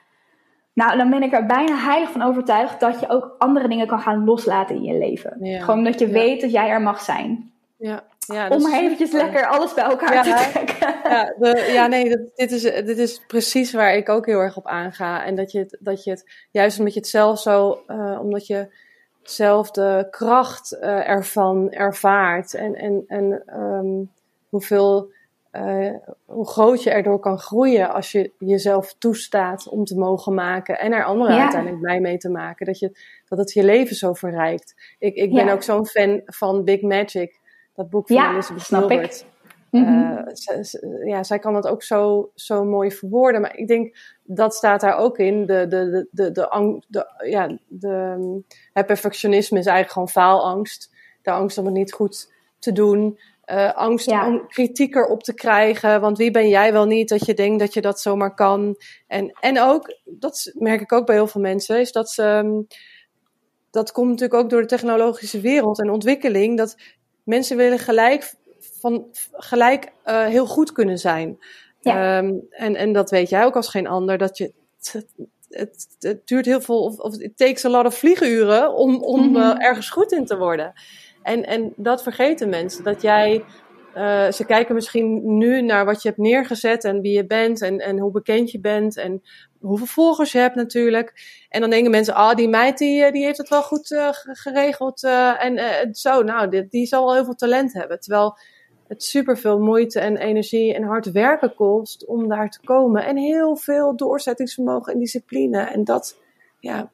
nou, dan ben ik er bijna heilig van overtuigd dat je ook andere dingen kan gaan loslaten in je leven. Ja, Gewoon dat je ja. weet dat jij er mag zijn. Ja, ja, om maar eventjes super. lekker alles bij elkaar ja, te trekken. Ja, de, ja nee, dat, dit, is, dit is precies waar ik ook heel erg op aanga. En dat je het, dat je het juist omdat je het zelf zo, uh, omdat je zelf de kracht uh, ervan ervaart. En, en, en um, hoeveel... Uh, hoe groot je erdoor kan groeien als je jezelf toestaat om te mogen maken en er anderen ja. uiteindelijk blij mee te maken. Dat, je, dat het je leven zo verrijkt. Ik, ik ben ja. ook zo'n fan van Big Magic, dat boek van ja, Elizabeth Gilbert. Mm-hmm. Uh, z- z- ja, zij kan dat ook zo, zo mooi verwoorden. Maar ik denk, dat staat daar ook in. De, de, de, de, de, ang- de, ja, de, het perfectionisme is eigenlijk gewoon faalangst. De angst om het niet goed te doen. Uh, angst ja. om kritiek erop te krijgen. Want wie ben jij wel niet dat je denkt dat je dat zomaar kan. En, en ook, dat merk ik ook bij heel veel mensen, is dat ze... Um, dat komt natuurlijk ook door de technologische wereld en ontwikkeling. Dat mensen willen gelijk, van, gelijk uh, heel goed kunnen zijn. Ja. Um, en, en dat weet jij ook als geen ander. Dat je... Het, het, het duurt heel veel... Of, of it takes a lot of vlieguren om, om mm-hmm. uh, ergens goed in te worden. En, en dat vergeten mensen. Dat jij, uh, ze kijken misschien nu naar wat je hebt neergezet en wie je bent en, en hoe bekend je bent en hoeveel volgers je hebt natuurlijk. En dan denken mensen, ah, die meid die, die heeft het wel goed uh, geregeld uh, en uh, zo, nou, die, die zal wel heel veel talent hebben. Terwijl het superveel moeite en energie en hard werken kost om daar te komen. En heel veel doorzettingsvermogen en discipline. En dat, ja...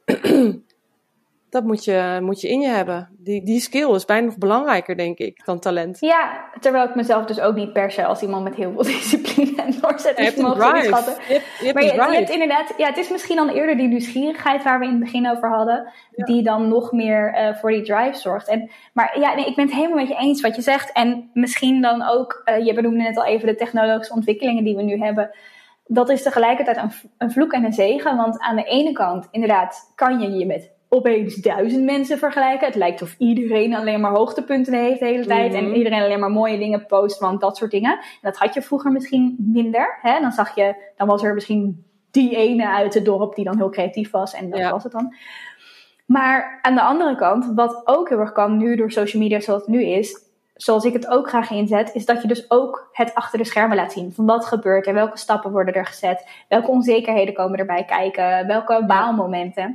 Dat moet je, moet je in je hebben. Die, die skill is bijna nog belangrijker, denk ik, dan talent. Ja, terwijl ik mezelf dus ook niet per se als iemand met heel veel discipline en doorzettingsvermogen inschatten. Je hebt, je hebt maar je, je hebt inderdaad, ja, het is misschien dan eerder die nieuwsgierigheid waar we in het begin over hadden, ja. die dan nog meer uh, voor die drive zorgt. En, maar ja, nee, ik ben het helemaal met je eens wat je zegt. En misschien dan ook, uh, je benoemde net al even de technologische ontwikkelingen die we nu hebben. Dat is tegelijkertijd een, een vloek en een zegen. Want aan de ene kant, inderdaad, kan je je met opeens duizend mensen vergelijken. Het lijkt of iedereen alleen maar hoogtepunten heeft de hele tijd. Mm-hmm. En iedereen alleen maar mooie dingen post, want dat soort dingen. En dat had je vroeger misschien minder. Hè? Dan zag je, dan was er misschien die ene uit het dorp die dan heel creatief was. En dat ja. was het dan. Maar aan de andere kant, wat ook heel erg kan nu door social media zoals het nu is, zoals ik het ook graag inzet, is dat je dus ook het achter de schermen laat zien. Van wat gebeurt er, welke stappen worden er gezet, welke onzekerheden komen erbij kijken, welke baalmomenten.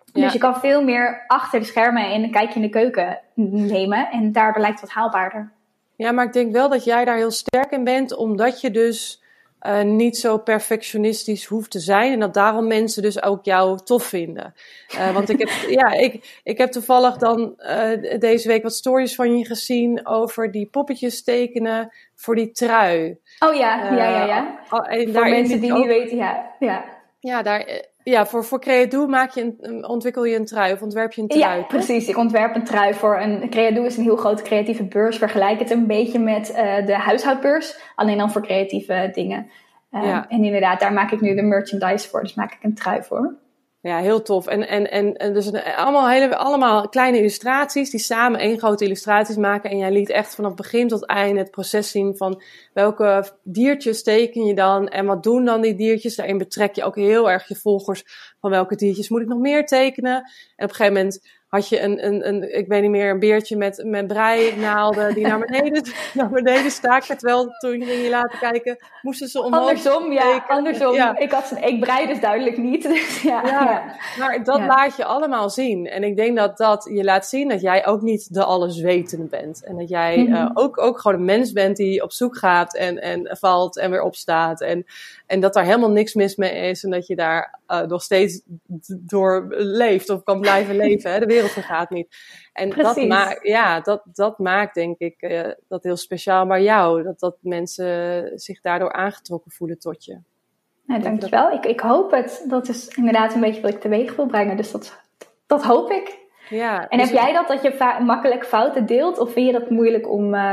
Ja. Dus je kan veel meer achter de schermen en een kijkje in de keuken nemen. En daardoor lijkt het wat haalbaarder. Ja, maar ik denk wel dat jij daar heel sterk in bent, omdat je dus uh, niet zo perfectionistisch hoeft te zijn. En dat daarom mensen dus ook jou tof vinden. Uh, want ik heb, ja, ik, ik heb toevallig dan uh, deze week wat stories van je gezien over die poppetjes tekenen voor die trui. Oh ja, uh, ja, ja, ja. En voor mensen die ook, niet weten, ja. Ja, ja daar... Ja, voor, voor Creadoe maak je een, ontwikkel je een trui of ontwerp je een trui. Ja, precies. Ik ontwerp een trui voor een... Creadoe is een heel grote creatieve beurs. Vergelijk het een beetje met uh, de huishoudbeurs. Alleen dan voor creatieve dingen. Um, ja. En inderdaad, daar maak ik nu de merchandise voor. Dus maak ik een trui voor. Ja, heel tof. En, en, en, en dus een, allemaal, hele, allemaal kleine illustraties die samen één grote illustraties maken. En jij liet echt vanaf begin tot eind het proces zien van welke diertjes teken je dan en wat doen dan die diertjes. Daarin betrek je ook heel erg je volgers van welke diertjes moet ik nog meer tekenen. En op een gegeven moment had je een, een, een ik weet niet meer, een beertje met, met breinaalden die naar beneden, naar beneden staken. Terwijl toen ging je laten kijken, moesten ze omhoog Andersom, ja, tekenen. andersom. Ja. Ik, had, ik brei dus duidelijk niet. Dus ja, ja, ja. Maar dat ja. laat je allemaal zien. En ik denk dat dat je laat zien dat jij ook niet de alleswetende bent. En dat jij mm-hmm. uh, ook, ook gewoon een mens bent die op zoek gaat en, en valt en weer opstaat. En, en dat daar helemaal niks mis mee is. En dat je daar uh, nog steeds door leeft of kan blijven leven. Hè? De wereld vergaat niet. En dat, ma- ja, dat, dat maakt denk ik uh, dat heel speciaal bij jou. Dat, dat mensen zich daardoor aangetrokken voelen tot je. Nou, dankjewel. Ik, ik hoop het. Dat is inderdaad een beetje wat ik teweeg wil brengen. Dus dat, dat hoop ik. Ja, en dus heb jij dat, dat je va- makkelijk fouten deelt? Of vind je dat moeilijk om, uh,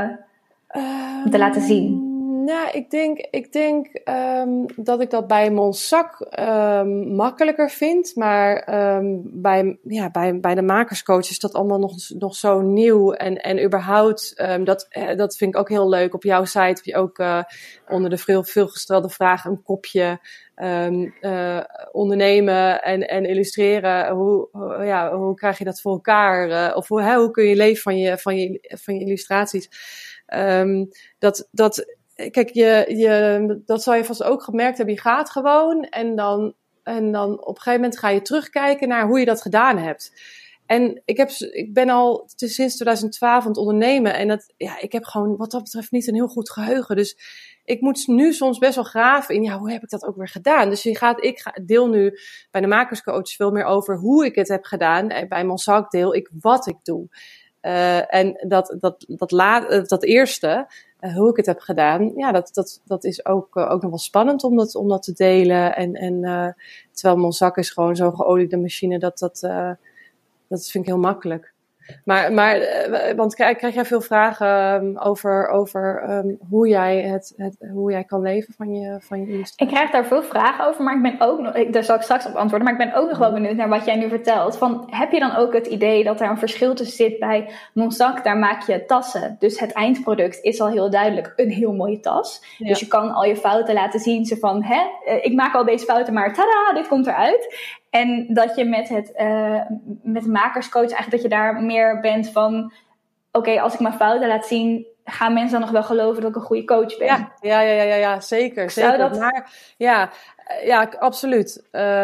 um, te laten zien? Nou, ik denk, ik denk um, dat ik dat bij Monsac um, makkelijker vind. Maar um, bij, ja, bij, bij de makerscoach is dat allemaal nog, nog zo nieuw. En, en überhaupt, um, dat, dat vind ik ook heel leuk. Op jouw site heb je ook uh, onder de veel, veelgestelde vragen een kopje um, uh, ondernemen en, en illustreren. Hoe, hoe, ja, hoe krijg je dat voor elkaar? Uh, of hoe, hè, hoe kun je leven van je, van je, van je illustraties? Um, dat... dat Kijk, je, je, dat zal je vast ook gemerkt hebben. Je gaat gewoon en dan, en dan op een gegeven moment ga je terugkijken naar hoe je dat gedaan hebt. En ik, heb, ik ben al sinds twintig twaalf aan het ondernemen. En dat, ja, ik heb gewoon wat dat betreft niet een heel goed geheugen. Dus ik moet nu soms best wel graven in, ja, hoe heb ik dat ook weer gedaan? Dus je gaat, ik ga, deel nu bij de makerscoach veel meer over hoe ik het heb gedaan. En bij Monsac deel ik wat ik doe. Uh, en dat, dat, dat, laat, dat eerste, uh, hoe ik het heb gedaan, ja, dat, dat, dat is ook, uh, ook nog wel spannend om dat, om dat te delen. En, en uh, terwijl Monsac is gewoon zo'n geoliede machine, dat, dat, uh, dat vind ik heel makkelijk. Maar, maar uh, want krijg, krijg jij veel vragen um, over, over um, hoe, jij het, het, hoe jij kan leven van je, van je illustratie? Ik krijg daar veel vragen over, maar ik ben ook nog, daar zal ik straks op antwoorden, maar ik ben ook nog wel benieuwd naar wat jij nu vertelt. Van, heb je dan ook het idee dat er een verschil tussen zit bij Monsac, daar maak je tassen. Dus het eindproduct is al heel duidelijk een heel mooie tas. Ja. Dus je kan al je fouten laten zien. Zo van, hè, ik maak al deze fouten, maar tada, dit komt eruit. En dat je met het uh, met de makerscoach eigenlijk dat je daar meer bent van, oké, okay, als ik mijn fouten laat zien, gaan mensen dan nog wel geloven dat ik een goede coach ben? Ja, ja, ja, ja, ja zeker. zeker. Dat... Maar, ja, ja, absoluut.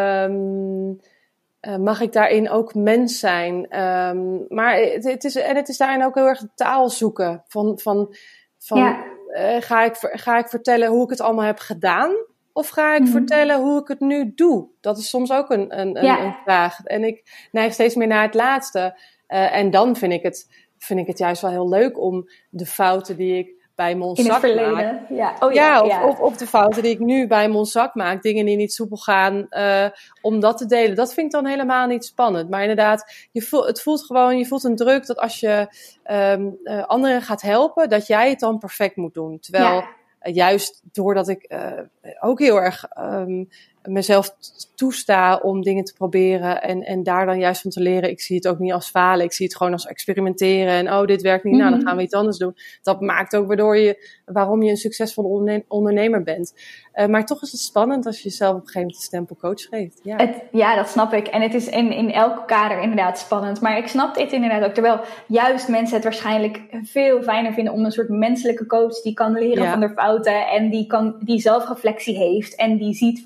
Um, uh, mag ik daarin ook mens zijn? Um, maar het, het is, en het is daarin ook heel erg de taal zoeken. Van, van, van ja. uh, ga, ik, ga ik vertellen hoe ik het allemaal heb gedaan? Of ga ik mm-hmm. vertellen hoe ik het nu doe? Dat is soms ook een, een, een, ja. een vraag. En ik neig steeds meer naar het laatste. Uh, en dan vind ik, het, vind ik het juist wel heel leuk om de fouten die ik bij Monsac maak. In het verleden, maak, ja. Oh, ja, ja, of, ja. Of, of de fouten die ik nu bij Monsac maak. Dingen die niet soepel gaan. Uh, om dat te delen. Dat vind ik dan helemaal niet spannend. Maar inderdaad, je voelt, het voelt gewoon, je voelt een druk dat als je um, uh, anderen gaat helpen, dat jij het dan perfect moet doen. Terwijl... Ja. Uh, juist doordat ik uh, ook heel erg um, mezelf toesta om dingen te proberen en, en daar dan juist van te leren. Ik zie het ook niet als falen, ik zie het gewoon als experimenteren. En oh, dit werkt niet, mm-hmm. nou dan gaan we iets anders doen. Dat maakt ook waardoor je, waarom je een succesvolle onderne- ondernemer bent. Uh, maar toch is het spannend als je jezelf op een gegeven moment een stempel coach geeft. Ja, het, ja dat snap ik. En het is in, in elk kader inderdaad spannend. Maar ik snap dit inderdaad ook. Terwijl juist mensen het waarschijnlijk veel fijner vinden om een soort menselijke coach die kan leren ja. van de fouten en die, kan, die zelfreflectie heeft en die ziet van hé, hey,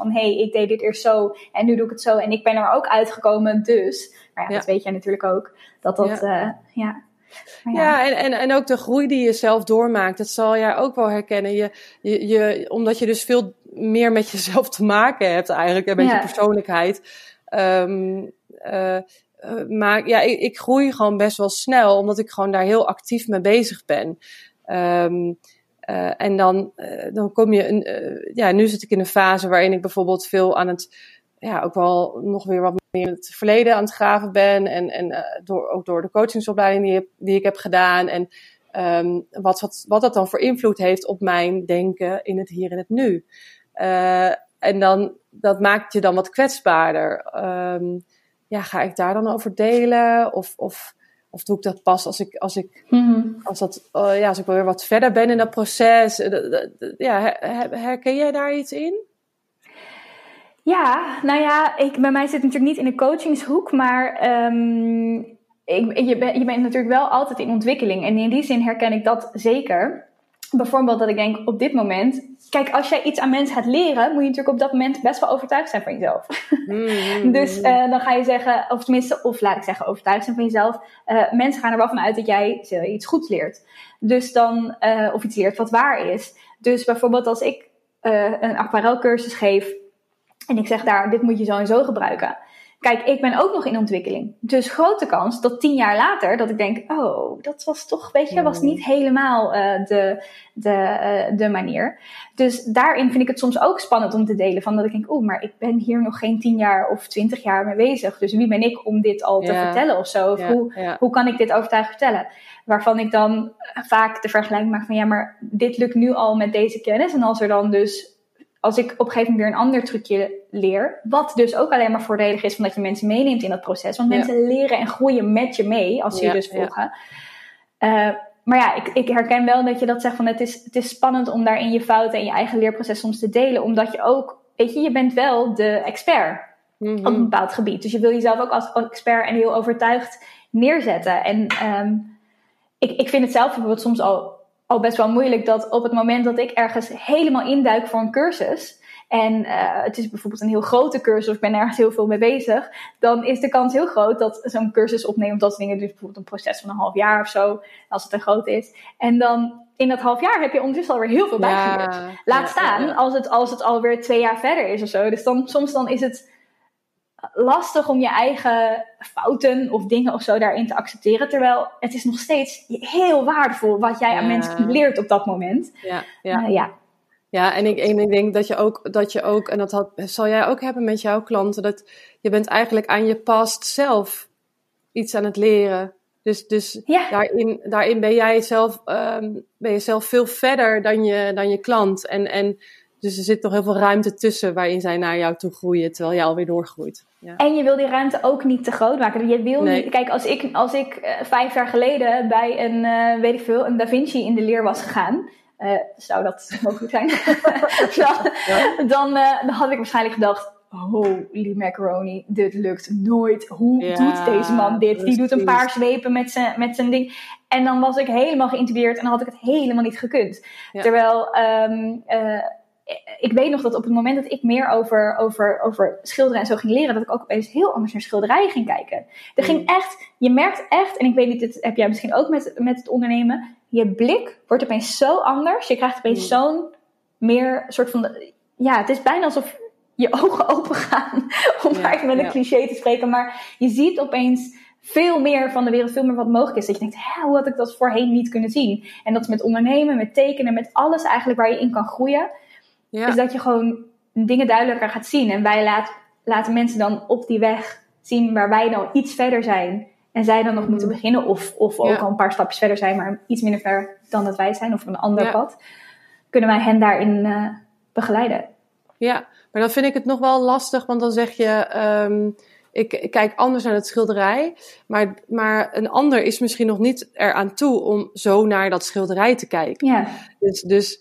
ik deed dit eerst zo en nu doe ik het zo en ik ben er ook uitgekomen, dus. Maar ja, Ja. dat weet jij natuurlijk ook. Dat dat, ja. Uh, ja. Ja, ja en, en, en ook de groei die je zelf doormaakt, dat zal jij ook wel herkennen. Je, je, je, omdat je dus veel meer met jezelf te maken hebt eigenlijk, en met ja. je persoonlijkheid. Um, uh, uh, maar ja, ik, ik groei gewoon best wel snel, omdat ik gewoon daar heel actief mee bezig ben. Um, uh, en dan, uh, dan kom je, een, uh, ja, nu zit ik in een fase waarin ik bijvoorbeeld veel aan het, ja, ook wel nog weer wat meer in het verleden aan het graven ben. En, en uh, door, ook door de coachingsopleiding die, die ik heb gedaan. En um, wat, wat, wat dat dan voor invloed heeft op mijn denken in het hier en het nu. Uh, en dan, dat maakt je dan wat kwetsbaarder. Um, ja, ga ik daar dan over delen? Of, of, of doe ik dat pas als ik, als ik, mm-hmm. als dat, uh, ja, als ik weer wat verder ben in dat proces? Uh, uh, uh, ja, her, herken jij daar iets in? Ja, nou ja, ik, bij mij zit het natuurlijk niet in de coachingshoek, maar um, ik, je, ben, je bent natuurlijk wel altijd in ontwikkeling. En in die zin herken ik dat zeker. Bijvoorbeeld dat ik denk op dit moment, kijk, als jij iets aan mensen gaat leren, moet je natuurlijk op dat moment best wel overtuigd zijn van jezelf. Mm-hmm. Dus uh, dan ga je zeggen, of tenminste, of laat ik zeggen, overtuigd zijn van jezelf. Uh, mensen gaan er wel van uit dat jij iets goeds leert. Dus dan, uh, of iets leert wat waar is. Dus bijvoorbeeld als ik uh, een aquarelcursus geef, en ik zeg daar, dit moet je zo en zo gebruiken. Kijk, ik ben ook nog in ontwikkeling. Dus grote kans dat tien jaar later, dat ik denk, oh, dat was toch, weet je, was niet helemaal uh, de, de, uh, de manier. Dus daarin vind ik het soms ook spannend om te delen. Van dat ik denk, oeh, maar ik ben hier nog geen tien jaar of twintig jaar mee bezig. Dus wie ben ik om dit al te ja. vertellen of zo? Of ja, hoe, ja. hoe kan ik dit overtuigend vertellen? Waarvan ik dan vaak de vergelijking maak van, ja, maar dit lukt nu al met deze kennis. En als er dan dus... Als ik op een gegeven moment weer een ander trucje leer, wat dus ook alleen maar voordelig is, omdat je mensen meeneemt in dat proces. Want ja. mensen leren en groeien met je mee, als ze ja, je dus volgen. Ja. Uh, maar ja, ik, ik herken wel dat je dat zegt van het is, het is spannend om daarin je fouten en je eigen leerproces soms te delen. Omdat je ook, weet je, je bent wel de expert mm-hmm. op een bepaald gebied. Dus je wil jezelf ook als expert en heel overtuigd neerzetten. En um, ik, ik vind het zelf bijvoorbeeld soms al... al best wel moeilijk dat op het moment dat ik ergens helemaal induik voor een cursus en uh, het is bijvoorbeeld een heel grote cursus of ik ben ergens heel veel mee bezig, dan is de kans heel groot dat zo'n cursus opneemt, dat soort dingen, dus bijvoorbeeld een proces van een half jaar of zo, als het een groot is. En dan in dat half jaar heb je ondertussen alweer heel veel bijgeleerd. Ja, Laat ja, staan ja, ja. Als, het, als het alweer twee jaar verder is of zo. Dus dan, soms dan is het lastig om je eigen fouten of dingen of zo daarin te accepteren. Terwijl het is nog steeds heel waardevol wat jij ja. aan mensen leert op dat moment. Ja, ja. Uh, ja. ja en, ik, en ik denk dat je ook, dat je ook en dat had, zal jij ook hebben met jouw klanten, dat je bent eigenlijk aan je past zelf iets aan het leren. Dus, dus ja. daarin, daarin ben jij zelf, um, ben je zelf veel verder dan je, dan je klant. En, en dus er zit nog heel veel ruimte tussen waarin zij naar jou toe groeien, terwijl jij alweer doorgroeit. Ja. En je wil die ruimte ook niet te groot maken. Je wil nee. niet, kijk, als ik, als ik uh, vijf jaar geleden bij een, uh, weet ik veel, een Da Vinci in de leer was gegaan, uh, zou dat mogelijk zijn, dan, ja. dan, uh, dan had ik waarschijnlijk gedacht, holy macaroni, dit lukt nooit. Hoe ja, doet deze man dit? Die doet een paar zwepen met zijn, met zijn ding. En dan was ik helemaal geïntubeerd en dan had ik het helemaal niet gekund. Ja. Terwijl, um, uh, ik weet nog dat op het moment dat ik meer over, over, over schilderen en zo ging leren, dat ik ook opeens heel anders naar schilderijen ging kijken. Er ging mm. echt, je merkt echt, en ik weet niet, dit heb jij misschien ook met, met het ondernemen, je blik wordt opeens zo anders. Je krijgt opeens mm. zo'n meer soort van, ja, het is bijna alsof je ogen open gaan, om ja, maar even met een ja. cliché te spreken, maar je ziet opeens veel meer van de wereld, veel meer wat mogelijk is. Dat je denkt, hè, hoe had ik dat voorheen niet kunnen zien? En dat is met ondernemen, met tekenen, met alles eigenlijk waar je in kan groeien. Ja. Is dat je gewoon dingen duidelijker gaat zien. En wij laat, laten mensen dan op die weg zien waar wij dan iets verder zijn. En zij dan nog mm. moeten beginnen. Of, of ook ja. al een paar stapjes verder zijn, maar iets minder ver dan dat wij zijn. Of op een ander ja. pad. Kunnen wij hen daarin uh, begeleiden. Ja, maar dan vind ik het nog wel lastig. Want dan zeg je, um, ik, ik kijk anders naar het schilderij. Maar, maar een ander is misschien nog niet eraan toe om zo naar dat schilderij te kijken. Ja. Dus... dus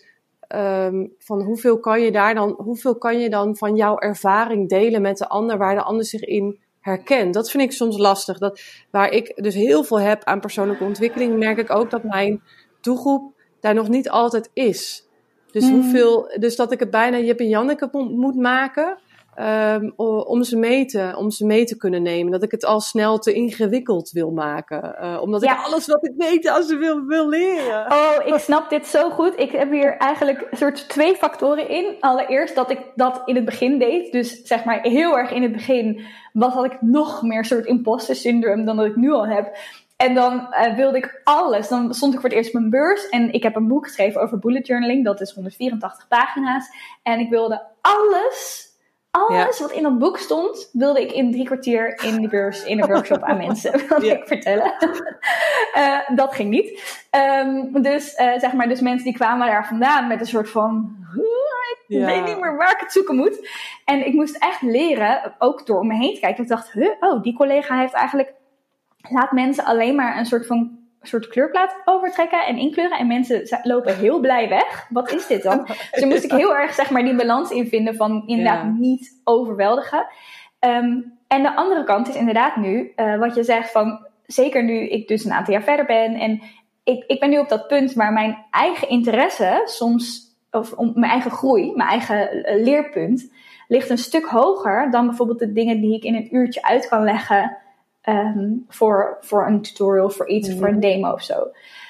Um, van hoeveel kan je daar dan, hoeveel kan je dan van jouw ervaring delen met de ander, waar de ander zich in herkent? Dat vind ik soms lastig. Dat, waar ik dus heel veel heb aan persoonlijke ontwikkeling, merk ik ook dat mijn doelgroep daar nog niet altijd is. Dus, mm. hoeveel, dus dat ik het bijna Jip en Janneke moet maken, Um, om, ze mee te, om ze mee te kunnen nemen. Dat ik het al snel te ingewikkeld wil maken. Uh, omdat ja. ik alles wat ik weet aan ze wil, wil leren. Oh, ik snap dit zo goed. Ik heb hier eigenlijk een soort twee factoren in. Allereerst dat ik dat in het begin deed. Dus zeg maar heel erg in het begin was had ik nog meer soort imposter syndroom dan dat ik nu al heb. En dan uh, wilde ik alles. Dan stond ik voor het eerst op mijn beurs. En ik heb een boek geschreven over bullet journaling. Dat is honderdvierentachtig pagina's. En ik wilde alles... Alles ja. wat in dat boek stond, wilde ik in drie kwartier in de beurs, in een workshop aan mensen wilde ja. ik vertellen. uh, dat ging niet. Um, dus, uh, zeg maar, dus mensen die kwamen daar vandaan met een soort van, ik ja. weet niet meer waar ik het zoeken moet. En ik moest echt leren, ook door om me heen te kijken. Ik dacht, huh, oh, die collega heeft eigenlijk, laat mensen alleen maar een soort van soort kleurplaat overtrekken en inkleuren. En mensen lopen heel blij weg. Wat is dit dan? Dus dan moest ik heel erg zeg maar die balans in vinden van inderdaad ja. niet overweldigen. Um, en de andere kant is inderdaad nu, uh, wat je zegt van, zeker nu ik dus een aantal jaar verder ben. En ik, ik ben nu op dat punt waar mijn eigen interesse soms, of om, mijn eigen groei, mijn eigen uh, leerpunt, ligt een stuk hoger dan bijvoorbeeld de dingen die ik in een uurtje uit kan leggen. Um, voor, voor een tutorial, voor iets, mm-hmm. voor een demo of zo.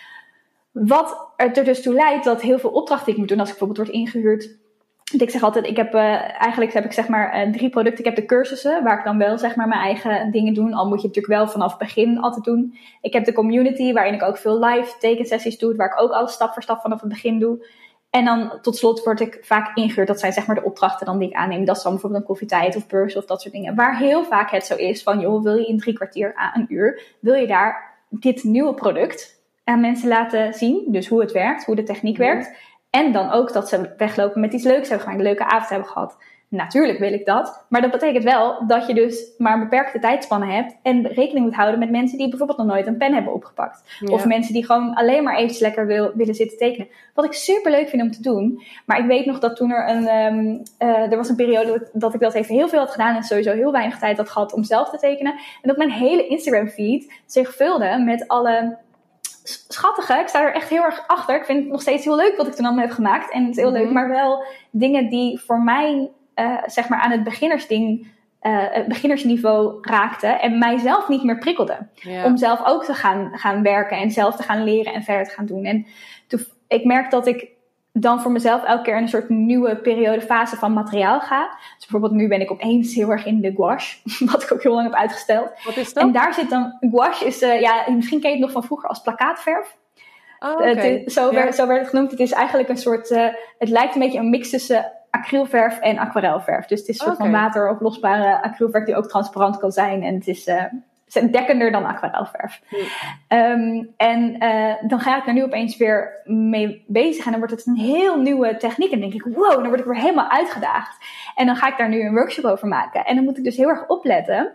Wat er dus toe leidt dat heel veel opdrachten die ik moet doen als ik bijvoorbeeld word ingehuurd. Ik zeg altijd, ik heb uh, eigenlijk heb ik zeg maar uh, drie producten. Ik heb de cursussen, waar ik dan wel zeg maar mijn eigen dingen doe. Al moet je het natuurlijk wel vanaf het begin altijd doen. Ik heb de community, waarin ik ook veel live tekensessies doe, waar ik ook alles stap voor stap vanaf het begin doe. En dan tot slot word ik vaak ingehuurd. Dat zijn zeg maar de opdrachten dan die ik aanneem. Dat is dan bijvoorbeeld een koffietijd of beurs of dat soort dingen. Waar heel vaak het zo is van, joh, wil je in drie kwartier aan een uur, wil je daar dit nieuwe product aan mensen laten zien. Dus hoe het werkt, hoe de techniek werkt. En dan ook dat ze weglopen met iets leuks hebben gemaakt, een leuke avond hebben gehad. Natuurlijk wil ik dat. Maar dat betekent wel dat je dus maar een beperkte tijdspanne hebt. En rekening moet houden met mensen die bijvoorbeeld nog nooit een pen hebben opgepakt. Ja. Of mensen die gewoon alleen maar eventjes lekker wil, willen zitten tekenen. Wat ik super leuk vind om te doen. Maar ik weet nog dat toen er een... Um, uh, er was een periode dat ik dat even heel veel had gedaan. En sowieso heel weinig tijd had gehad om zelf te tekenen. En dat mijn hele Instagram feed zich vulde met alle... schattige, ik sta er echt heel erg achter. Ik vind het nog steeds heel leuk wat ik toen allemaal heb gemaakt. En het is heel mm-hmm. leuk, maar wel dingen die voor mij... Uh, zeg maar aan het beginnersding, uh, het beginnersniveau raakte en mijzelf niet meer prikkelde. Ja. Om zelf ook te gaan, gaan werken en zelf te gaan leren en verder te gaan doen. En toen, ik merk dat ik dan voor mezelf elke keer in een soort nieuwe periode, fase van materiaal ga. Dus bijvoorbeeld nu ben ik opeens heel erg in de gouache, wat ik ook heel lang heb uitgesteld. Wat is dat? En daar zit dan, gouache is, uh, ja, misschien ken je het nog van vroeger als plakkaatverf. Oh, okay. uh, het, zo, ja. werd, zo werd het genoemd. Het is eigenlijk een soort, uh, het lijkt een beetje een mix tussen acrylverf en aquarelverf. Dus het is een soort okay. van wateroplosbare acrylverf die ook transparant kan zijn. En het is, uh, het is dekkender dan aquarelverf. Ja. Um, en uh, dan ga ik er nu opeens weer mee bezig. En dan wordt het een heel nieuwe techniek. En dan denk ik, wow, dan word ik weer helemaal uitgedaagd. En dan ga ik daar nu een workshop over maken. En dan moet ik dus heel erg opletten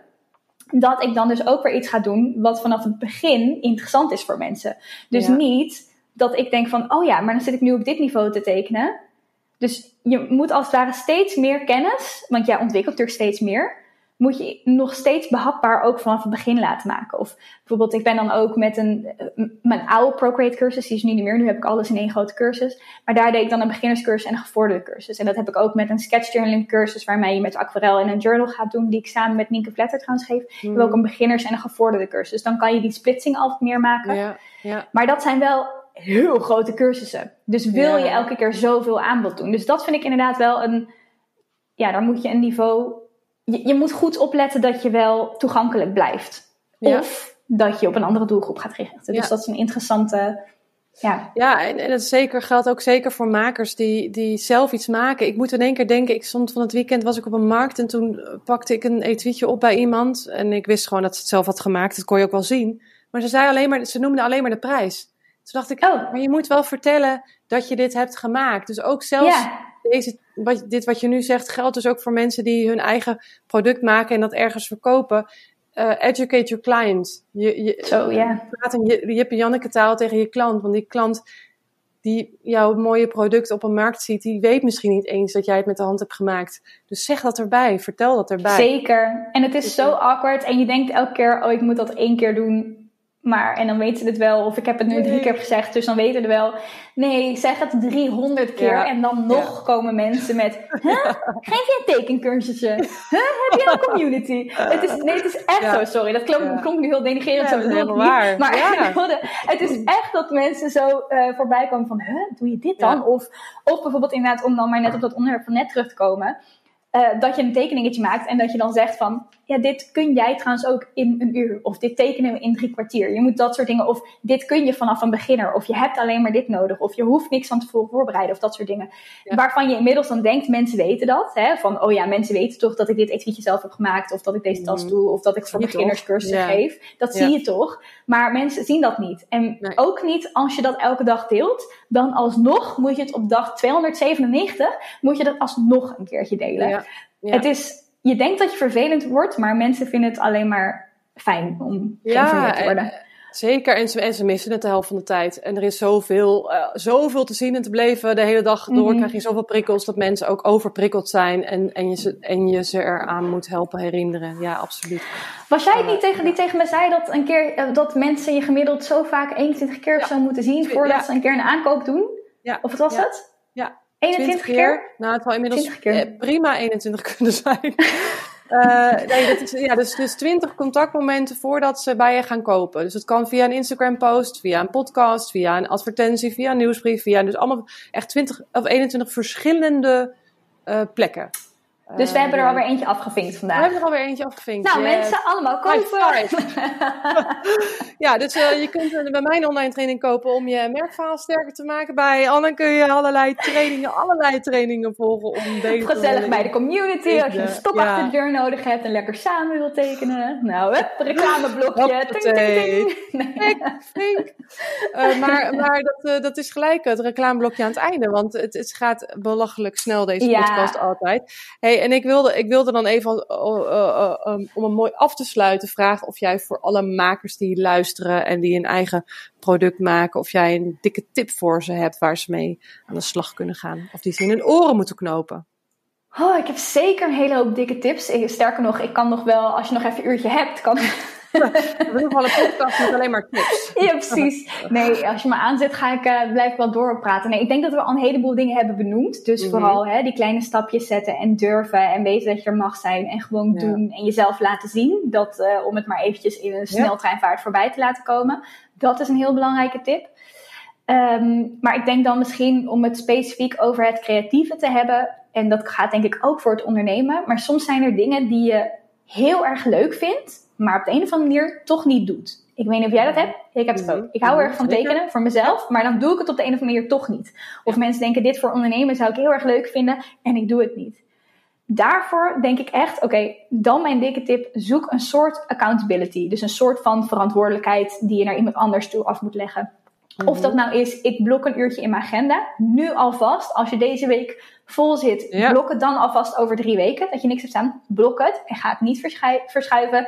dat ik dan dus ook weer iets ga doen wat vanaf het begin interessant is voor mensen. Dus ja. niet dat ik denk van, oh ja, maar dan zit ik nu op dit niveau te tekenen. Dus je moet als het ware steeds meer kennis, want jij ontwikkelt natuurlijk steeds meer, moet je nog steeds behapbaar ook vanaf het begin laten maken. Of bijvoorbeeld, ik ben dan ook met een, mijn oude Procreate cursus, die is nu niet meer, nu heb ik alles in één grote cursus. Maar daar deed ik dan een beginnerscursus en een gevorderde cursus. En dat heb ik ook met een sketchjournaling cursus, waarmee je met aquarel en een journal gaat doen, die ik samen met Nienke Vletter trouwens geef. Mm. Ik heb ook een beginners en een gevorderde cursus. Dan kan je die splitsing altijd meer maken. Ja, ja. Maar dat zijn wel heel grote cursussen. Dus wil ja. je elke keer zoveel aanbod doen. Dus dat vind ik inderdaad wel een... Ja, daar moet je een niveau... Je, je moet goed opletten dat je wel toegankelijk blijft. Ja. Of dat je op een andere doelgroep gaat richten. Dus ja. dat is een interessante... Ja, ja en, en dat zeker, geldt ook zeker voor makers die, die zelf iets maken. Ik moet in één keer denken, ik stond van het weekend, was ik op een markt en toen pakte ik een etuietje op bij iemand. En ik wist gewoon dat ze het zelf had gemaakt. Dat kon je ook wel zien. Maar ze zei alleen maar, ze noemde alleen maar de prijs. Toen dacht ik, oh, maar je moet wel vertellen dat je dit hebt gemaakt. Dus ook zelfs ja. deze, wat, dit wat je nu zegt, geldt dus ook voor mensen die hun eigen product maken en dat ergens verkopen. Uh, educate your client. Je, je, Zo, ja. praat een Jip en Janneke taal tegen je klant. Want die klant die jouw mooie product op een markt ziet, die weet misschien niet eens dat jij het met de hand hebt gemaakt. Dus zeg dat erbij, vertel dat erbij. Zeker. En het is zo awkward en je denkt elke keer, oh, ik moet dat één keer doen. Maar, en dan weten ze het wel. Of ik heb het nu drie keer gezegd, dus dan weten ze het wel. Nee, zeg het driehonderd keer. Ja. En dan nog ja. komen mensen met... Huh? Geef je een tekencursusje? Huh? Heb je een community? Het is, nee, het is echt ja. zo. Sorry, dat klonk, ja. klonk nu heel denigrerend. Ja, zo. Dat is helemaal waar. Maar ja. het is echt dat mensen zo uh, voorbij komen van... Huh, doe je dit dan? Ja. Of, of bijvoorbeeld inderdaad, om dan maar net op dat onderwerp van net terug te komen... Uh, dat je een tekeningetje maakt en dat je dan zegt van... ja, dit kun jij trouwens ook in een uur. Of dit tekenen we in drie kwartier. Je moet dat soort dingen. Of dit kun je vanaf een beginner. Of je hebt alleen maar dit nodig. Of je hoeft niks van tevoren voorbereiden. Of dat soort dingen. Ja. Waarvan je inmiddels dan denkt, mensen weten dat. Hè? Van, oh ja, mensen weten toch dat ik dit etuietje zelf heb gemaakt. Of dat ik deze tas doe. Of dat ik voor beginnerscursussen ja. geef. Dat ja. zie je toch. Maar mensen zien dat niet. En nee. ook niet als je dat elke dag deelt. Dan alsnog moet je het op dag tweehonderdzevenennegentig... moet je dat alsnog een keertje delen. Ja. Ja. Het is, je denkt dat je vervelend wordt, maar mensen vinden het alleen maar fijn om geïnformeerd te worden. Ja, zeker. En ze, en ze missen het de helft van de tijd. En er is zoveel, uh, zoveel te zien en te beleven. De hele dag door mm-hmm. krijg je zoveel prikkels dat mensen ook overprikkeld zijn. En, en, je, ze, en je ze eraan moet helpen herinneren. Ja, absoluut. Was jij het niet tegen, die tegen me zei dat, een keer, uh, dat mensen je gemiddeld zo vaak eenentwintig keer ja. zo moeten zien voordat ja. ze een keer een aankoop doen? Ja. Of wat was ja. het? Ja. eenentwintig keer? keer? Nou, het zal inmiddels prima eenentwintig kunnen zijn. uh, nee, dat is, ja, dus, dus twintig contactmomenten voordat ze bij je gaan kopen. Dus het kan via een Instagram post, via een podcast, via een advertentie, via een nieuwsbrief, via dus allemaal echt twintig of eenentwintig verschillende uh, plekken. Dus we uh, hebben er ja. alweer eentje afgevinkt vandaag. We hebben er alweer eentje afgevinkt. Nou yes. mensen, allemaal kopen. ja, dus uh, je kunt uh, bij mijn online training kopen om je merkverhaal sterker te maken. Bij Anne kun je allerlei trainingen, allerlei trainingen volgen om deze gezellig bij de community. Als je een stok ja. achter de deur nodig hebt en lekker samen wilt tekenen. Nou, hup, reclameblokje. Ting, ting, ting. Nee. Fink. uh, maar maar dat, uh, dat is gelijk het reclameblokje aan het einde. Want het, het gaat belachelijk snel, deze ja. podcast altijd. Hey, en ik wilde, ik wilde dan even, uh, uh, uh, um, om hem mooi af te sluiten, vragen of jij voor alle makers die luisteren en die een eigen product maken, of jij een dikke tip voor ze hebt waar ze mee aan de slag kunnen gaan. Of die ze in hun oren moeten knopen. Oh, ik heb zeker een hele hoop dikke tips. Sterker nog, ik kan nog wel, als je nog even een uurtje hebt, kan... We doen nog wel een podcast met alleen maar tips. Ja, precies. Nee, als je me aanzet, ga ik, uh, blijf ik wel doorpraten. Nee, ik denk dat we al een heleboel dingen hebben benoemd. Dus mm-hmm. vooral hè, die kleine stapjes zetten en durven en weten dat je er mag zijn en gewoon ja. doen en jezelf laten zien. Dat, uh, om het maar eventjes in een sneltreinvaart ja. voorbij te laten komen. Dat is een heel belangrijke tip. Um, maar ik denk dan misschien om het specifiek over het creatieve te hebben. En dat gaat denk ik ook voor het ondernemen. Maar soms zijn er dingen die je heel erg leuk vindt, maar op de een of andere manier toch niet doet. Ik weet niet of jij dat hebt. Ik heb het ook. Ik hou erg van tekenen voor mezelf, maar dan doe ik het op de een of andere manier toch niet. Of mensen denken, dit voor ondernemen zou ik heel erg leuk vinden en ik doe het niet. Daarvoor denk ik echt, oké, okay, dan mijn dikke tip, zoek een soort accountability. Dus een soort van verantwoordelijkheid die je naar iemand anders toe af moet leggen. Mm-hmm. Of dat nou is, ik blok een uurtje in mijn agenda, nu alvast. Als je deze week vol zit, ja. blok het dan alvast over drie weken. Dat je niks hebt staan, blok het en ga het niet verschu- verschuiven.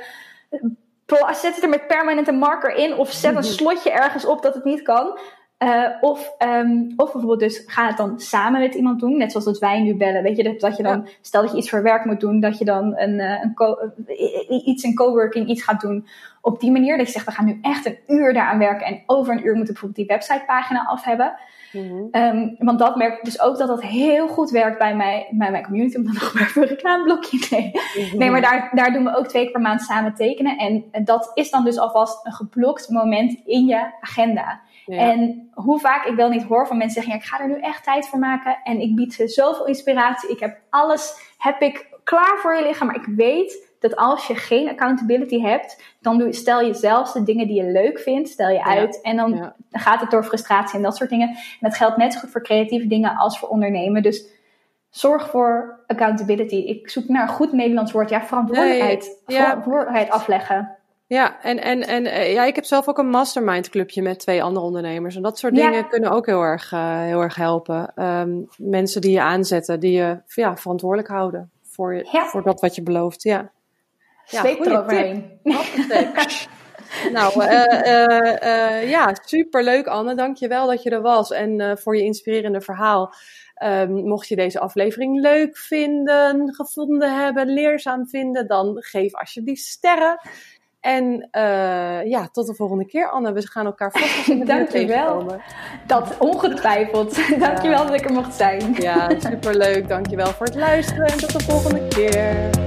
Zet het er met permanente marker in of zet een slotje ergens op dat het niet kan. Uh, of, um, of bijvoorbeeld dus ga het dan samen met iemand doen. Net zoals dat wij nu bellen. Weet je, dat, dat je dan, ja. stel dat je iets voor werk moet doen, dat je dan een, een co- iets in coworking, iets gaat doen. Op die manier dat je zegt, we gaan nu echt een uur daaraan werken en over een uur moeten we bijvoorbeeld die websitepagina af hebben. Mm-hmm. Um, want dat merk ik dus ook dat dat heel goed werkt bij, mij, bij mijn community. Om dan nog maar een reclameblokje. Nee, mm-hmm. nee maar daar, daar doen we ook twee keer per maand samen tekenen. En, en dat is dan dus alvast een geblokt moment in je agenda. Ja. En hoe vaak ik wel niet hoor van mensen zeggen, ja, ik ga er nu echt tijd voor maken. En ik bied ze zoveel inspiratie. Ik heb alles, heb ik klaar voor je liggen. Maar ik weet dat als je geen accountability hebt, dan doe, stel je zelfs de dingen die je leuk vindt, stel je uit. Ja. En dan, ja. dan gaat het door frustratie en dat soort dingen. En dat geldt net zo goed voor creatieve dingen als voor ondernemen. Dus zorg voor accountability. Ik zoek naar een goed Nederlands woord. Ja, verantwoordelijkheid. Nee, ja. Verantwoordelijkheid afleggen. Ja, en, en, en ja, ik heb zelf ook een mastermind clubje met twee andere ondernemers. En dat soort dingen ja. kunnen ook heel erg, uh, heel erg helpen. Um, mensen die je aanzetten, die je ja, verantwoordelijk houden voor, je, ja. voor dat wat je belooft. Ja. Zweep ja, eroverheen. Nou, uh, uh, uh, ja, superleuk Anne. Dank je wel dat je er was en uh, voor je inspirerende verhaal. Um, mocht je deze aflevering leuk vinden, gevonden hebben, leerzaam vinden, dan geef alsjeblieft sterren. En uh, ja, tot de volgende keer, Anne. We gaan elkaar vast nog in de buurt tegenkomen. Dat ongetwijfeld. Dankjewel ja. dat ik er mocht zijn. Ja, superleuk. Dankjewel voor het luisteren en tot de volgende keer.